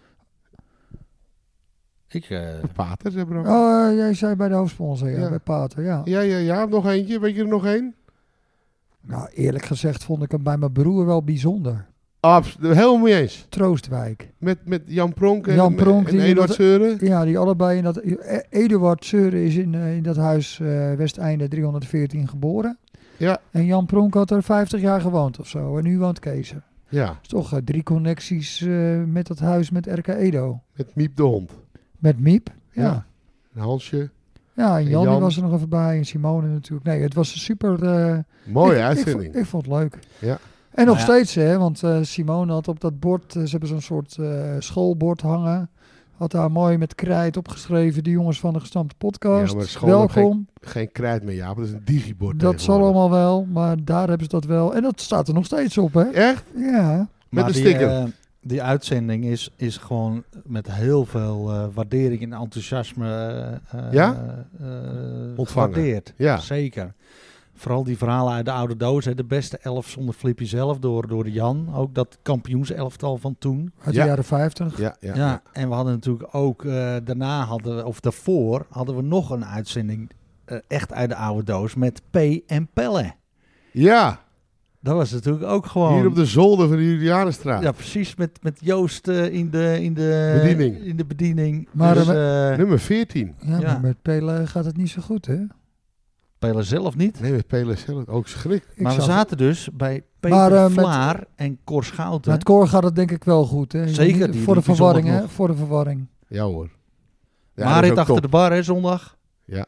Ik, uh, Pater, zeg maar. Oh, eh, jij zei bij de hoofdsponsor, ja, Ja. bij Pater, ja. Ja, ja, ja. Nog eentje. Weet je er nog één? Nou, eerlijk gezegd vond ik hem bij mijn broer wel bijzonder. Absoluut. Helemaal mee eens. Troostwijk. Met, met Jan Pronk en, Jan Pronk, en die Eduard dat- Seuren. Ja, die allebei in dat... E- Eduard Seuren is in, eh, in dat huis eh Westeinde driehonderdveertien geboren. Ja. En Jan Pronk had er vijftig jaar gewoond of zo. En nu woont Kees er. Ja. Dat is toch eh, drie connecties eh, met dat huis met R K Edo. Met Miep de hond. Met Miep. Ja. Ja. Ja, En Hansje. en En Jan, die Jan. was er nog even bij. En Simone natuurlijk. Nee, het was een super... eh, Mooie ik, uitzending. Ik, vond- ik vond het leuk. Ja. En nog Nou ja. steeds, hè. Want eh, Simone had op dat bord... eh, ze hebben zo'n soort eh, schoolbord hangen. Had daar mooi met krijt opgeschreven. De jongens van de gestampte podcast. Ja, maar het is gewoon nog Welkom. Geen kruid meer, Jaap. Dat is een digibord. Dat zal tegenwoordig. allemaal wel. Maar daar hebben ze dat wel. En dat staat er nog steeds op, hè. Echt? Ja. Met maar een die, sticker. eh, die uitzending is, is gewoon met heel veel eh, waardering en enthousiasme eh, eh, Ja? eh, Ontvangen. gewaardeerd. Ja. Zeker. Vooral die verhalen uit de oude doos. Hè. De beste elf zonder Flippy zelf door, door Jan. Ook dat kampioenselftal van toen. Uit Ja. de jaren vijftig. Ja, ja. Ja, en we hadden natuurlijk ook eh, daarna hadden we, of daarvoor hadden we nog een uitzending eh, echt uit de oude doos met P en Pelle. Ja. Dat was natuurlijk ook gewoon. Hier op de zolder van de Julianenstraat. Ja, precies, met, met Joost eh, in, de, in, de, Bediening. in de bediening. Maar, dus, eh, eh, Nummer veertien. Ja, Ja. maar met Pele gaat het niet zo goed, hè. Pelle zelf niet. Nee, met Pele zelf ook schrik. Ik maar we zag- zaten dus bij Peter Maar, eh, met- Vlaar en Cor Schouten. Met Cor gaat het denk ik wel goed, hè. Zeker, Niet- die Voor de liep die verwarring, zondag hè. nog. Voor de verwarring. Ja hoor. Ja, maar dat is rit ook achter top. de bar, hè, zondag. Nee,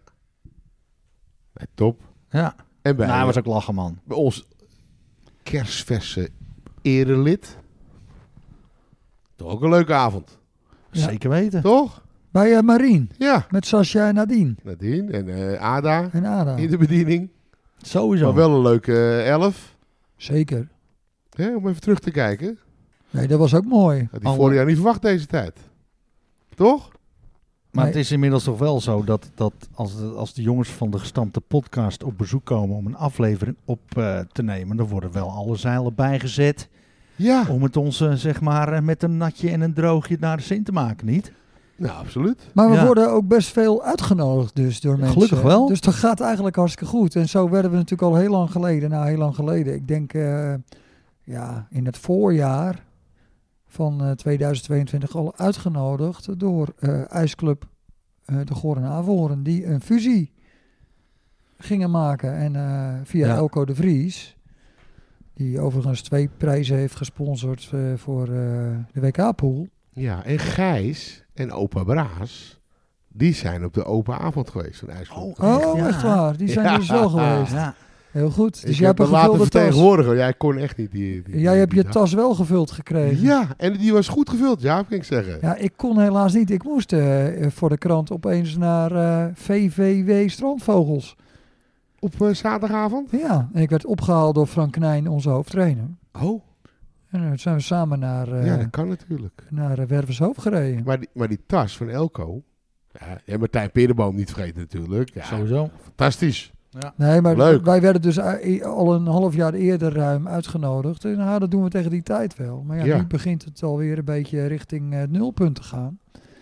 top. Ja, En bij, nou, hij was ook lachen, man. bij ons kerstverse erelid. Toch ook een leuke avond. Ja. Zeker weten. Toch? Bij eh, Marien. Ja. Met Sascha en Nadine. Nadine en eh, Ada En Ada. in de bediening. Sowieso. Maar wel een leuke eh, elf. Zeker. Hè, om even terug te kijken. Nee, dat was ook mooi. Had die Alle- vorig jaar niet verwacht deze tijd. Toch? Maar Nee. het is inmiddels toch wel zo dat, dat als, de, als de jongens van de gestampte podcast op bezoek komen om een aflevering op eh, te nemen, dan worden wel alle zeilen bijgezet Ja. om het ons eh, zeg maar eh, met een natje en een droogje naar de zin te maken, niet? Nou, absoluut. Maar we Ja. worden ook best veel uitgenodigd dus door mensen. Gelukkig wel. Dus dat gaat eigenlijk hartstikke goed. En zo werden we natuurlijk al heel lang geleden, nou heel lang geleden. Ik denk eh, ja, in het voorjaar van eh, tweeduizend tweeëntwintig al uitgenodigd door eh IJsclub eh, de Goor en Averhoorn. Die een fusie gingen maken. En eh, via Ja. Elko de Vries. Die overigens twee prijzen heeft gesponsord uh, voor uh, de W K-pool. Ja, en Gijs en opa Braas, die zijn op de open avond geweest van IJsselhoek. Oh, echt, ja. echt waar. Die zijn Ja. dus wel geweest. Ja. Heel goed. Dus Ik jij heb hebt hem een laten gevulde tas. vertegenwoordigen. Jij kon echt niet die... die Jij die- hebt die je dag. tas wel gevuld gekregen. Ja, en die was goed gevuld, ja, kan ik zeggen. Ja, ik kon helaas niet. Ik moest uh, voor de krant opeens naar uh, V V W Strandvogels. Op uh, zaterdagavond? Ja, en ik werd opgehaald door Frank Knijn, onze hoofdtrainer. Oh, En dan zijn we samen naar, uh, ja, dat kan natuurlijk. naar uh, Wervershoofd gereden. Maar die, maar die tas van Elko, ja, en Martijn Perenboom niet vergeten natuurlijk. Ja, Sowieso. fantastisch. Nee, maar Leuk. wij werden dus uh, al een half jaar eerder ruim uitgenodigd. En nou, dat doen we tegen die tijd wel. Maar ja, Ja. nu begint het alweer een beetje richting uh, het nulpunt te gaan.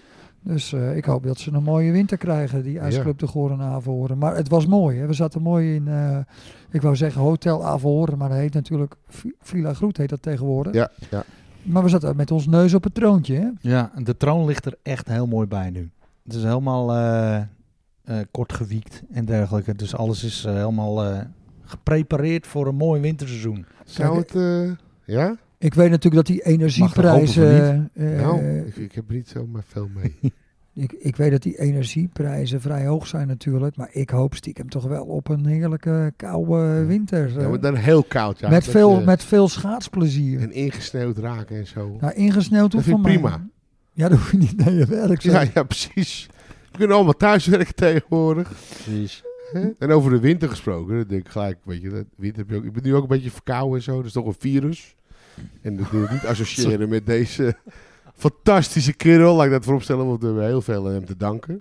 Dus uh, ik hoop dat ze een mooie winter krijgen, die IJsclub de Goorlen Avelhoorn. Maar het was mooi. Hè? We zaten mooi in, uh, ik wou zeggen Hotel Avelhoorn, maar dat heet natuurlijk Villa Groet heet dat tegenwoordig. Ja, ja. Maar we zaten met ons neus op het troontje. Hè? Ja, en de troon ligt er echt heel mooi bij nu. Het is helemaal uh, uh, kort gewiekt en dergelijke. Dus alles is uh, helemaal uh, geprepareerd voor een mooi winterseizoen. Zou het, uh, ja? Ik weet natuurlijk dat die energieprijzen... Uh, nou, ik, ik heb er niet zomaar veel mee. ik, ik weet dat die energieprijzen vrij hoog zijn natuurlijk. Maar ik hoop stiekem toch wel op een heerlijke koude winter. Ja, maar dan heel koud, ja. met, dat veel, je- met veel schaatsplezier. En ingesneeuwd raken en zo. Nou, ingesneeuwd Dat hoeft vind van ik mij. prima. Ja, dat hoef je niet naar je werk. Ja, ja, precies. We kunnen allemaal thuiswerken tegenwoordig. Precies. Hè? En over de winter gesproken, dan denk ik gelijk, weet je, dat winter heb je ook, ik ben nu ook een beetje verkouden en zo, dat is toch een virus. En dat wil ik niet associëren met deze fantastische kerel, laat ik dat vooropstellen, want we hebben heel veel aan hem te danken.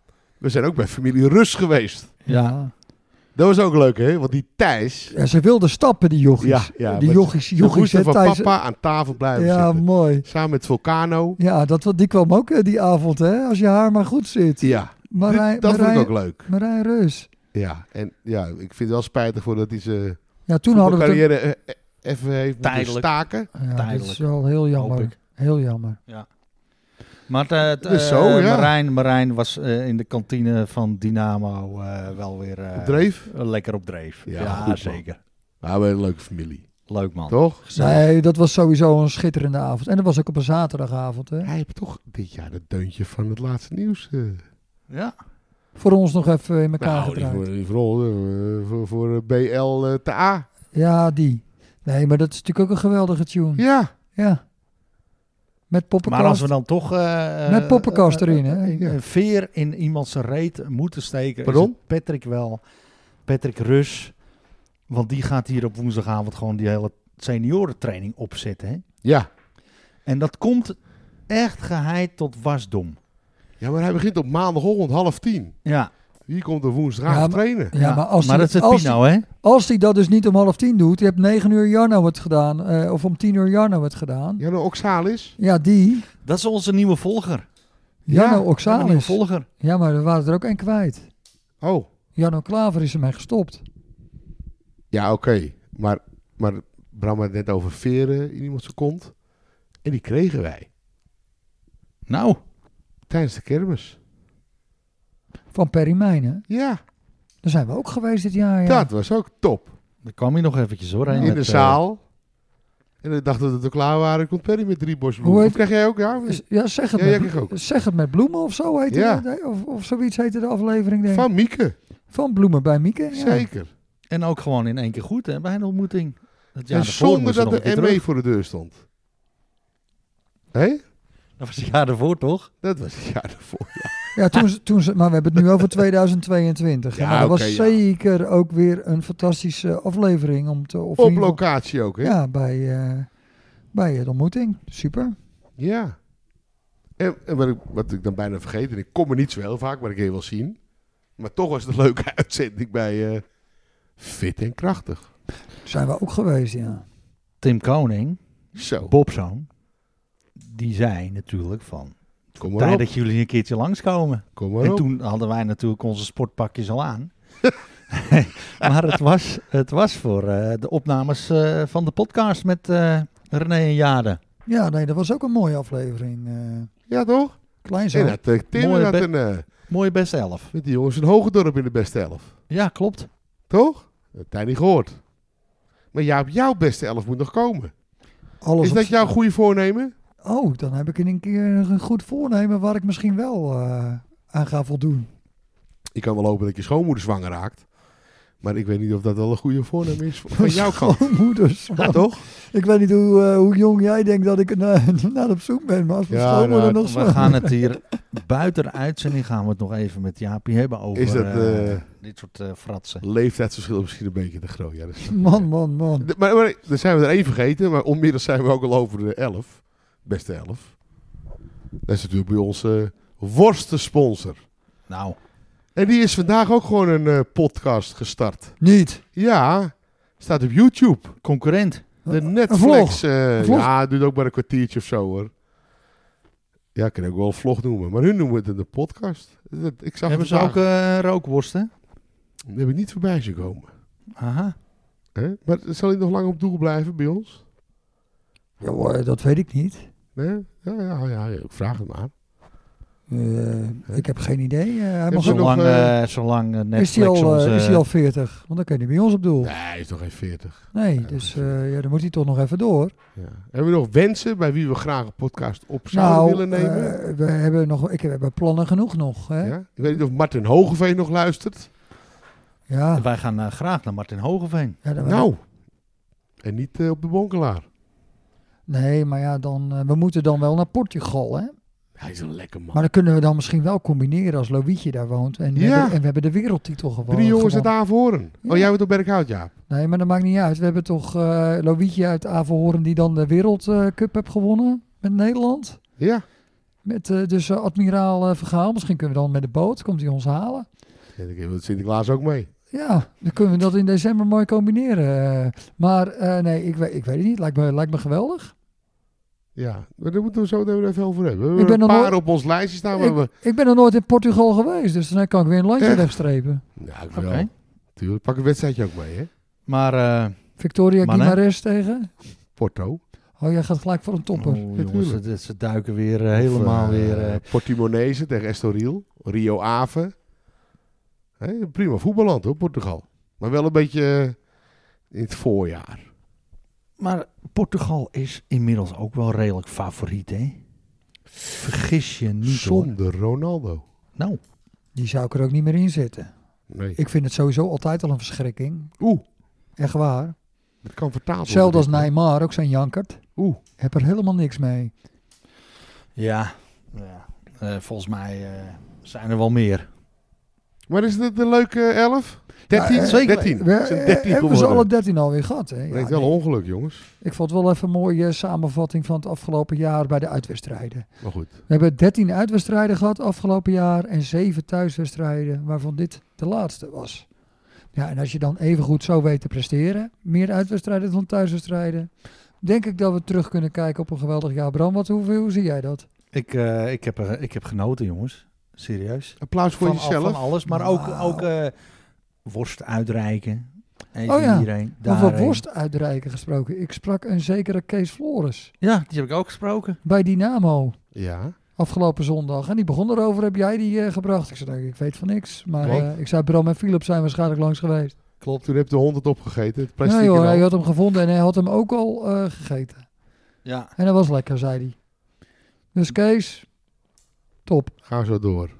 We zijn ook bij familie Rus geweest. Ja. Dat was ook leuk, hè? Want die Thijs, Ja, ze wilden stappen, die jochies. Ja, ja, die met- jochies, de jochies goesten hè, van Thijs- papa aan tafel blijven Ja, zitten. mooi. Samen met Vulcano. Ja, dat, wa- die kwam ook eh, die avond, hè? Als je haar maar goed zit. Ja, Marijn, dat vond ik Marijn, ook leuk. Marijn Reus. Ja, en ja, ik vind het wel spijtig voor dat hij zijn Ja, toen hadden we het... carrière eh, eh, even heeft moeten Tijdelijk. staken. Ja, dat Tijdelijk. is wel heel Hoop jammer. ik. Heel jammer. Maar uh, t- Dus zo, eh, ja. Marijn, Marijn was uh, in de kantine van Dynamo uh, wel weer uh, Op dreef? uh, lekker op dreef. Ja, Ja, goed, man. zeker. Nou, we hebben een leuke familie. Leuk man. Toch? Gezellig. Nee, dat was sowieso een schitterende avond. En dat was ook op een zaterdagavond, hè? Hij heeft toch dit jaar het deuntje van het laatste nieuws. eh. Ja. Voor ons nog even in elkaar Nou, die gedraaid. voor, die vooral eh, voor, voor eh, B L eh, te A. Ja, die. Nee, maar dat is natuurlijk ook een geweldige tune. Ja. Ja. Met poppenkast. Maar als we dan toch uh, Met poppenkast uh, uh, erin, hè? uh, uh, een veer in iemands reet moeten steken. Pardon? Is het Patrick wel. Patrick Rus. Want die gaat hier op woensdagavond gewoon die hele seniorentraining opzetten. Hè? Ja. En dat komt echt geheid tot wasdom. Ja, maar hij begint op maandagochtend half tien. Ja, Hier komt er woensdagavond Ja, maar- trainen. Ja, maar als maar die, dat is het als, Pino, hè? als die dat dus niet om half tien doet, je hebt negen uur Jarno het gedaan, eh, of om tien uur Jarno het gedaan. Ja, nou Oxalis. Ja, die, Dat is onze nieuwe volger. Jarno Ja, Onze nieuwe Oxalis. volger. Ja, maar er waren er ook één kwijt. Oh. Jarno Klaver is ermee gestopt. Ja, oké. Maar, maar Bram had het net over veren in iemand zijn kont. En die kregen wij. Nou, Tijdens de kermis. Van Perry Mijnen. Ja, Daar zijn we ook geweest dit jaar. Ja. dat was ook top. daar kwam hij nog eventjes hoor. hè, In met, de eh, zaal. En dan dachten we dat we klaar waren. Komt Perry met drie bosjes Hoe bloemen. heet- Of krijg jij ook? Ja, Is- Ja, zeg het, Ja, jij met, kreeg ook. zeg het met bloemen of zo heette Ja. het, of, of zoiets heette de aflevering. Denk ik. van Mieke. Van bloemen bij Mieke. Ja. Zeker. En ook gewoon in één keer goed hè, bij een ontmoeting. Het jaar en daarvoor zonder moest er dat nog de een keer M E terug. voor de deur stond. Hé? Dat was het jaar daarvoor toch? Dat was het jaar ervoor. Ja. Ja, toen, ze- toen ze, maar we hebben het nu over tweeduizend tweeëntwintig. Ja, maar dat oké, was ja. zeker ook weer een fantastische aflevering. Om te, of in Op ieder geval- locatie ook, hè? Ja, bij, eh, bij de ontmoeting. Super. Ja. En, en wat, ik, wat ik dan bijna vergeet, en ik kom er niet zo heel vaak, maar ik kan je wel zien. Maar toch was het een leuke uitzending bij eh, Fit en Krachtig. Zijn we ook geweest, ja. Tim Koning, Zo, Bobzoon, die zei natuurlijk van, kom maar tijd op. dat jullie een keertje langskomen. Kom maar En op. toen hadden wij natuurlijk onze sportpakjes al aan. Maar het was, het was voor eh, de opnames eh, van de podcast met eh, René en Jade. Ja, nee, dat was ook een mooie aflevering. eh Ja, toch? klein zo. En dat uh, Tim Mooie had be- een, eh, Mooie beste elf. met die jongens een Hogendorp in de beste elf. Ja, klopt. Toch? Dat heb jij niet gehoord. Maar Jaap, jouw beste elf moet nog komen. Alles Is op- dat jouw goede voornemen? Oh, dan heb ik in een keer een goed voornemen waar ik misschien wel uh, aan ga voldoen. Ik kan wel hopen dat je schoonmoeder zwanger raakt. Maar ik weet niet of dat wel een goede voornemen is van jouw kant. Schoonmoeders. Ja, toch? Ik weet niet hoe, uh, hoe jong jij denkt dat ik naar, naar op zoek ben. Maar als mijn Ja, schoonmoeder nou, nog We zo... gaan het hier buiten de uitzending gaan we het nog even met Jaapie hebben over Is dat, eh, eh, dit soort uh, fratsen. Leeftijdsverschil misschien een beetje te groot. Ja, dat is- Man, man, man. De- maar, maar dan zijn we er één vergeten. Maar onmiddellijk zijn we ook al over de elf. Beste elf. Dat is natuurlijk bij ons uh, worstensponsor. Nou, En die is vandaag ook gewoon een uh, podcast gestart. Niet. Ja, staat op YouTube. concurrent. De Een Netflix. vlog. eh, Een vlog. Ja, doet ook maar een kwartiertje of zo hoor. Ja, ik kan ook wel een vlog noemen. Maar hun noemen het een podcast. Dat- Ik zag Hebben ze vandaag- ook uh, rookworsten? Dat heb ik niet voorbij zien komen. Aha. Hè? Maar zal hij nog lang op doel blijven bij ons? Ja, hoor, dat weet ik niet. Nee? Ja, ja, ja, ik vraag het maar. Uh, ik heb geen idee. Uh, hij Heb mag je ook- nog, Zolang, eh, uh, zolang uh, Netflix is, hij al, uh, onze, is hij al veertig? Want dan kan hij bij ons op doel. Nee, hij is nog geen veertig. Nee, dus uh, ja, dan moet hij toch nog even door. Ja. Hebben we nog wensen bij wie we graag een podcast op zouden Nou, willen nemen? uh, we hebben nog, ik heb plannen genoeg nog. Hè? Ja? Ik weet niet of Martin Hogeveen nog luistert. Ja. Wij gaan uh, graag naar Martin Hogeveen. Ja, dan- Nou, en niet uh, op de Bonkelaar. Nee, maar ja, dan, uh, we moeten dan wel naar Portugal, hè? Hij is een lekker man. Maar dan kunnen we dan misschien wel combineren als Lovietje daar woont. En we, Ja. hebben, en we hebben de wereldtitel gewonnen. Drie jongens uit gewonnen. Averhoorn. Ja. Oh, jij bent op Berkhout, ja. Nee, maar dat maakt niet uit. We hebben toch uh, Lovietje uit Averhoorn die dan de Wereldcup heeft gewonnen met Nederland. Ja. Met uh, dus uh, admiraal uh, Vergaal. Misschien kunnen we dan met de boot, komt hij ons halen. En ik heb Sinterklaas ook mee. Ja, dan kunnen we dat in december mooi combineren. Uh, maar uh, nee, ik weet, ik weet het niet. Lijkt me, lijkt me geweldig. Ja, maar daar moeten we zo even over hebben. We hebben Ik ben een nog paar nooit- op ons lijstje staan. Maar we... Ik, ik ben nog nooit in Portugal geweest, dus dan kan ik weer een landje Echt? wegstrepen. Ja, ik Oké. wel. Tuurlijk. Pak een wedstrijdje ook mee, hè. Maar, uh, Victoria Mannen? Guimarães tegen? Porto. Oh, jij gaat gelijk voor een topper. oh, jongens, Natuurlijk. ze, ze duiken weer uh, helemaal Of, uh, weer... Uh, Portimonense tegen Estoril. Rio Ave. Hè, prima voetballand hoor, Portugal. Maar wel een beetje uh, in het voorjaar. maar Portugal is inmiddels ook wel redelijk favoriet, hè? Vergis je niet, hoor. Zonder Ronaldo. Nou, Die zou ik er ook niet meer in zetten. Nee. Ik vind het sowieso altijd al een verschrikking. Oeh, Echt waar. het kan vertaald worden. Hetzelfde als dit, hè. Neymar, ook zijn jankert. Oeh. Heb er helemaal niks mee. ja. ja. Uh, volgens mij uh, zijn er wel meer. Maar is het een leuke elf? dertien? Ja, eh, zeker. dertien. We Het zijn dertien hebben ze geworden. alle dertien alweer gehad. Hè? Dat Ja, is wel nee. een ongeluk, jongens. Ik vond het wel even een mooie samenvatting van het afgelopen jaar bij de uitwedstrijden. Maar goed. We hebben dertien uitwedstrijden gehad afgelopen jaar en zeven thuiswedstrijden, waarvan dit de laatste was. Ja, en als je dan even goed zo weet te presteren, meer uitwedstrijden dan thuiswedstrijden, denk ik dat we terug kunnen kijken op een geweldig jaar. Bram, wat, hoe, hoe zie jij dat? Ik, uh, ik, heb, uh, ik heb genoten, jongens. Serieus. Applaus voor Van, jezelf. van alles, maar ook, Nou. ook uh, worst uitreiken. Even Oh ja, hierheen, Over daarheen. worst uitreiken gesproken. Ik sprak een zekere Kees Flores Ja, die heb ik ook gesproken. bij Dynamo Ja. afgelopen zondag. En die begon erover, heb jij die uh, gebracht? Ik zei, nou, ik weet van niks. Maar Nee. uh, ik zei, Bram en Philip zijn waarschijnlijk langs geweest. Klopt. Toen heb de hond het opgegeten. Het plastic Nee hoor, en al. hij had hem gevonden en hij had hem ook al uh, gegeten. Ja. En dat was lekker, zei hij. Dus Kees, top. Ga zo door.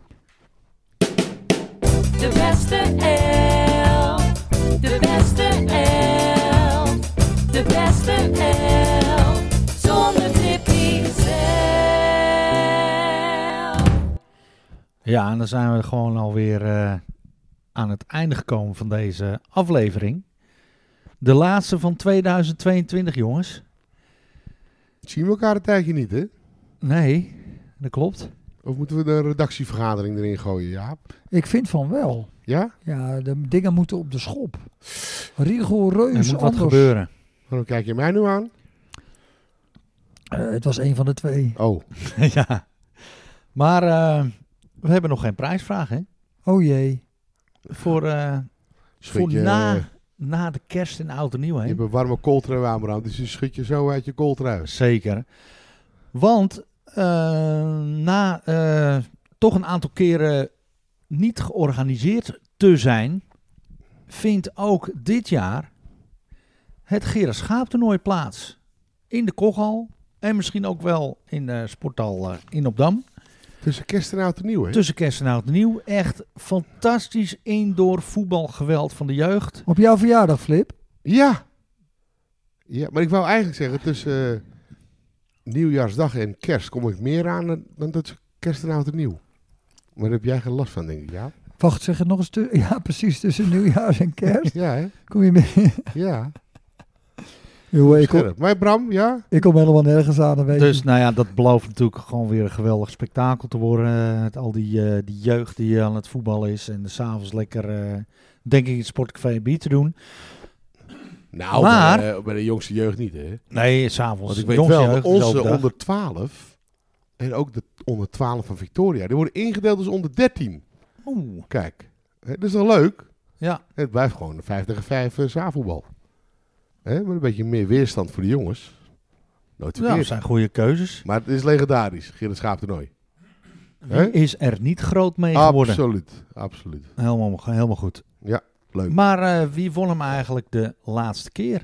De beste elf. De beste elf. De beste elf. Zonder Tippy zelf. Ja, en dan zijn we gewoon alweer uh, aan het einde gekomen van deze aflevering. De laatste van tweeduizend tweeëntwintig, jongens. Zien we elkaar een tijdje niet, hè? Nee, dat klopt. Of moeten we de redactievergadering erin gooien, Jaap? Ik vind van wel. Ja? Ja, de dingen moeten op de schop. Er Rigoureus moet wat anders. gebeuren. Dan kijk je mij nu aan. Uh, het was een van de twee. Oh. Ja. Maar uh, we hebben nog geen prijsvraag, hè? Oh jee. Voor, uh, voor je, na, na de kerst en oud en nieuw, hè? Je hebt een warme kooltrui aan, dus je schudt je zo uit je kooltrui. Zeker. Want uh, na uh, toch een aantal keren niet georganiseerd te zijn, vindt ook dit jaar het Gerard Schaaptoernooi plaats. In de Kochal. En misschien ook wel in de sporthal uh, in Opdam. Tussen kerst en oud en nieuw, hè? Tussen kerst en oud en nieuw. Echt fantastisch indoor voetbalgeweld van de jeugd. Op jouw verjaardag, Flip? Ja. Ja, maar ik wou eigenlijk zeggen, tussen uh, nieuwjaarsdag en kerst kom ik meer aan dan, dan tussen kerst en oud en nieuw. Maar daar heb jij geen last van, denk ik, ja? Wacht, zeg het nog eens. Te- ja, precies. Tussen nieuwjaar en kerst. Ja, hè? Kom je mee? Ja. Jongen, ik kom, Scherp. Maar Bram, ja? ik kom helemaal nergens aan. Dan weet Dus je. nou ja, dat belooft natuurlijk gewoon weer een geweldig spektakel te worden. Uh, met al die, uh, die jeugd die aan het voetballen is. En 's avonds lekker, uh, denk ik, in het sportcafé bier te doen. Nou, Maar- bij, de, bij de jongste jeugd niet, hè? Nee, s'avonds. Want ik weet wel, dat onze onder twaalf en ook de onder twaalf van Victoria, die worden ingedeeld als onder dertien. Oeh, Kijk, hè, dat is wel leuk. ja. Het blijft gewoon een vijf tegen vijf uh, zaalvoetbal. Hè, met een beetje meer weerstand voor de jongens. Nooit Ja, dat verkeerd. zijn goede keuzes. Maar het is legendarisch, Gerard Schaaptoernooi. Wie Hè? is er niet groot mee geworden? Absoluut, absoluut. Helemaal, helemaal goed. Ja, leuk. Maar uh, wie won hem eigenlijk de laatste keer?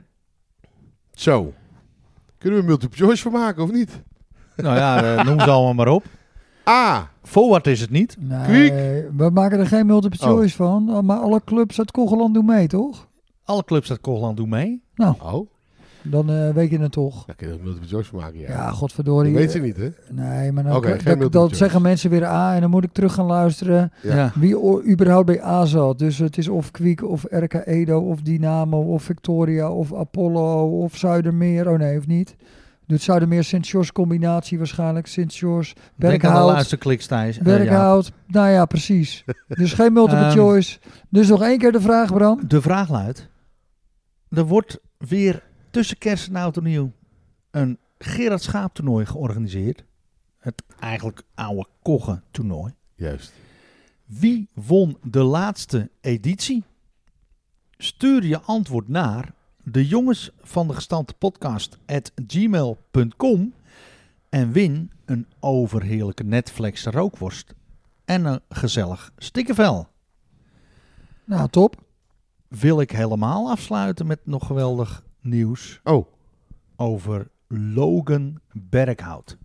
Zo. Kunnen we multiple choice van maken, of niet? Nou ja, uh, noem ze allemaal maar op. A. Forward is het niet. Nee, we maken er geen multiple Oh. choice van. Maar alle clubs uit Kogeland doen mee, toch? Alle clubs uit Kogeland doen mee. Nou, Oh, dan uh, weet je het toch. daar kun je er multiple choice van maken, ja. Ja, dat godverdorie. weet ze niet, hè? Nee, maar dan, Oké, geen dan, multiple dan choice. zeggen mensen weer A en dan moet ik terug gaan luisteren Ja. Ja. wie o- überhaupt bij A zat. Dus het is of Kwiek of R K Edo of Dynamo of Victoria of Apollo of Zuidermeer. Oh nee, of niet? Doet Zuidermeer Sint-George combinatie waarschijnlijk. Sint-George, Denk aan de Berkhout, luisterkliks, Thijs. Uh, Berkhout. Nou ja, precies. Dus geen multiple Ehm. choice. Dus nog één keer de vraag, Bram. ja. De vraag luidt. Er wordt weer tussen kerst en oud en nieuw een Gerard Schaaptoernooi georganiseerd. Het eigenlijk oude Koggen toernooi. Juist. Wie won de laatste editie? Stuur je antwoord naar de jongens van de gestampte podcast at gmail punt com en win een overheerlijke Netflix rookworst en een gezellig stikkervel. Nou, top. Wil ik helemaal afsluiten met nog geweldig nieuws Oh, over Logan Berkhout.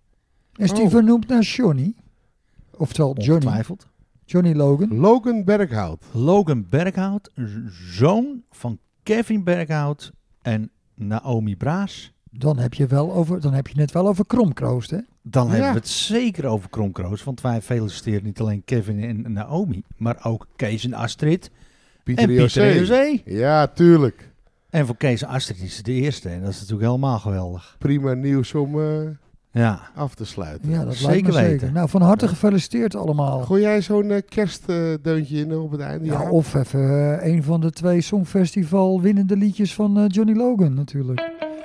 Is die Oh. vernoemd naar Johnny? Oftewel Johnny. Ongetwijfeld. Johnny Logan. Logan Berkhout. Logan Berkhout, zoon van Kevin Berkhout en Naomi Braas. Dan heb je, wel over, dan heb je het wel over Kromkroost, hè? Dan Ja. hebben we het zeker over Kromkroos, want wij feliciteren niet alleen Kevin en Naomi, maar ook Kees en Astrid Pieter en Pieter José. José. Ja, tuurlijk. En voor Kees en Astrid is het de eerste en dat is natuurlijk helemaal geweldig. Prima nieuws om uh, Ja, af te sluiten. Ja, dat Zeker lijkt me weten. zeker. Nou, van harte gefeliciteerd allemaal. Gooi jij zo'n uh, kerstdeuntje in op het einde? Ja, of even uh, een van de twee Songfestival winnende liedjes van uh, Johnny Logan natuurlijk.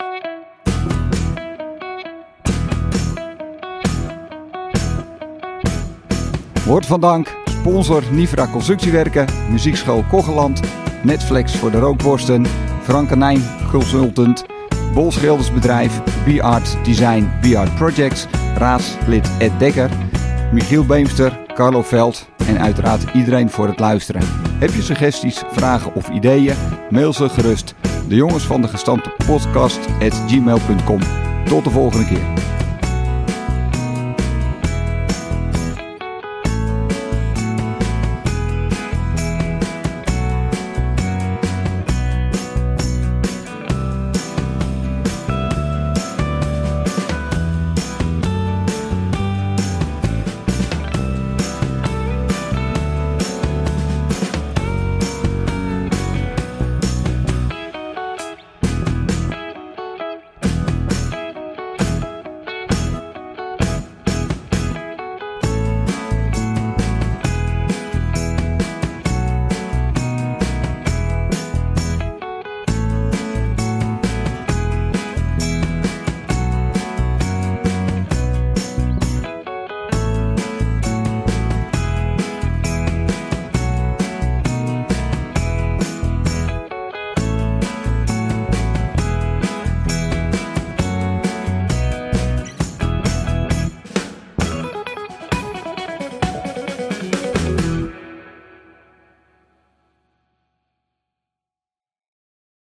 Woord van dank, sponsor Nifra Constructiewerken, Muziekschool Kogeland, Netflix voor de rookworsten, Frank Anijn Consultant, Bol Schildersbedrijf, B-Art Design, B-Art Projects, raadslid Ed Dekker, Michiel Beemster, Carlo Veld en uiteraard iedereen voor het luisteren. Heb je suggesties, vragen of ideeën? Mail ze gerust. De jongens van de gestampte podcast at gmail punt com. Tot de volgende keer.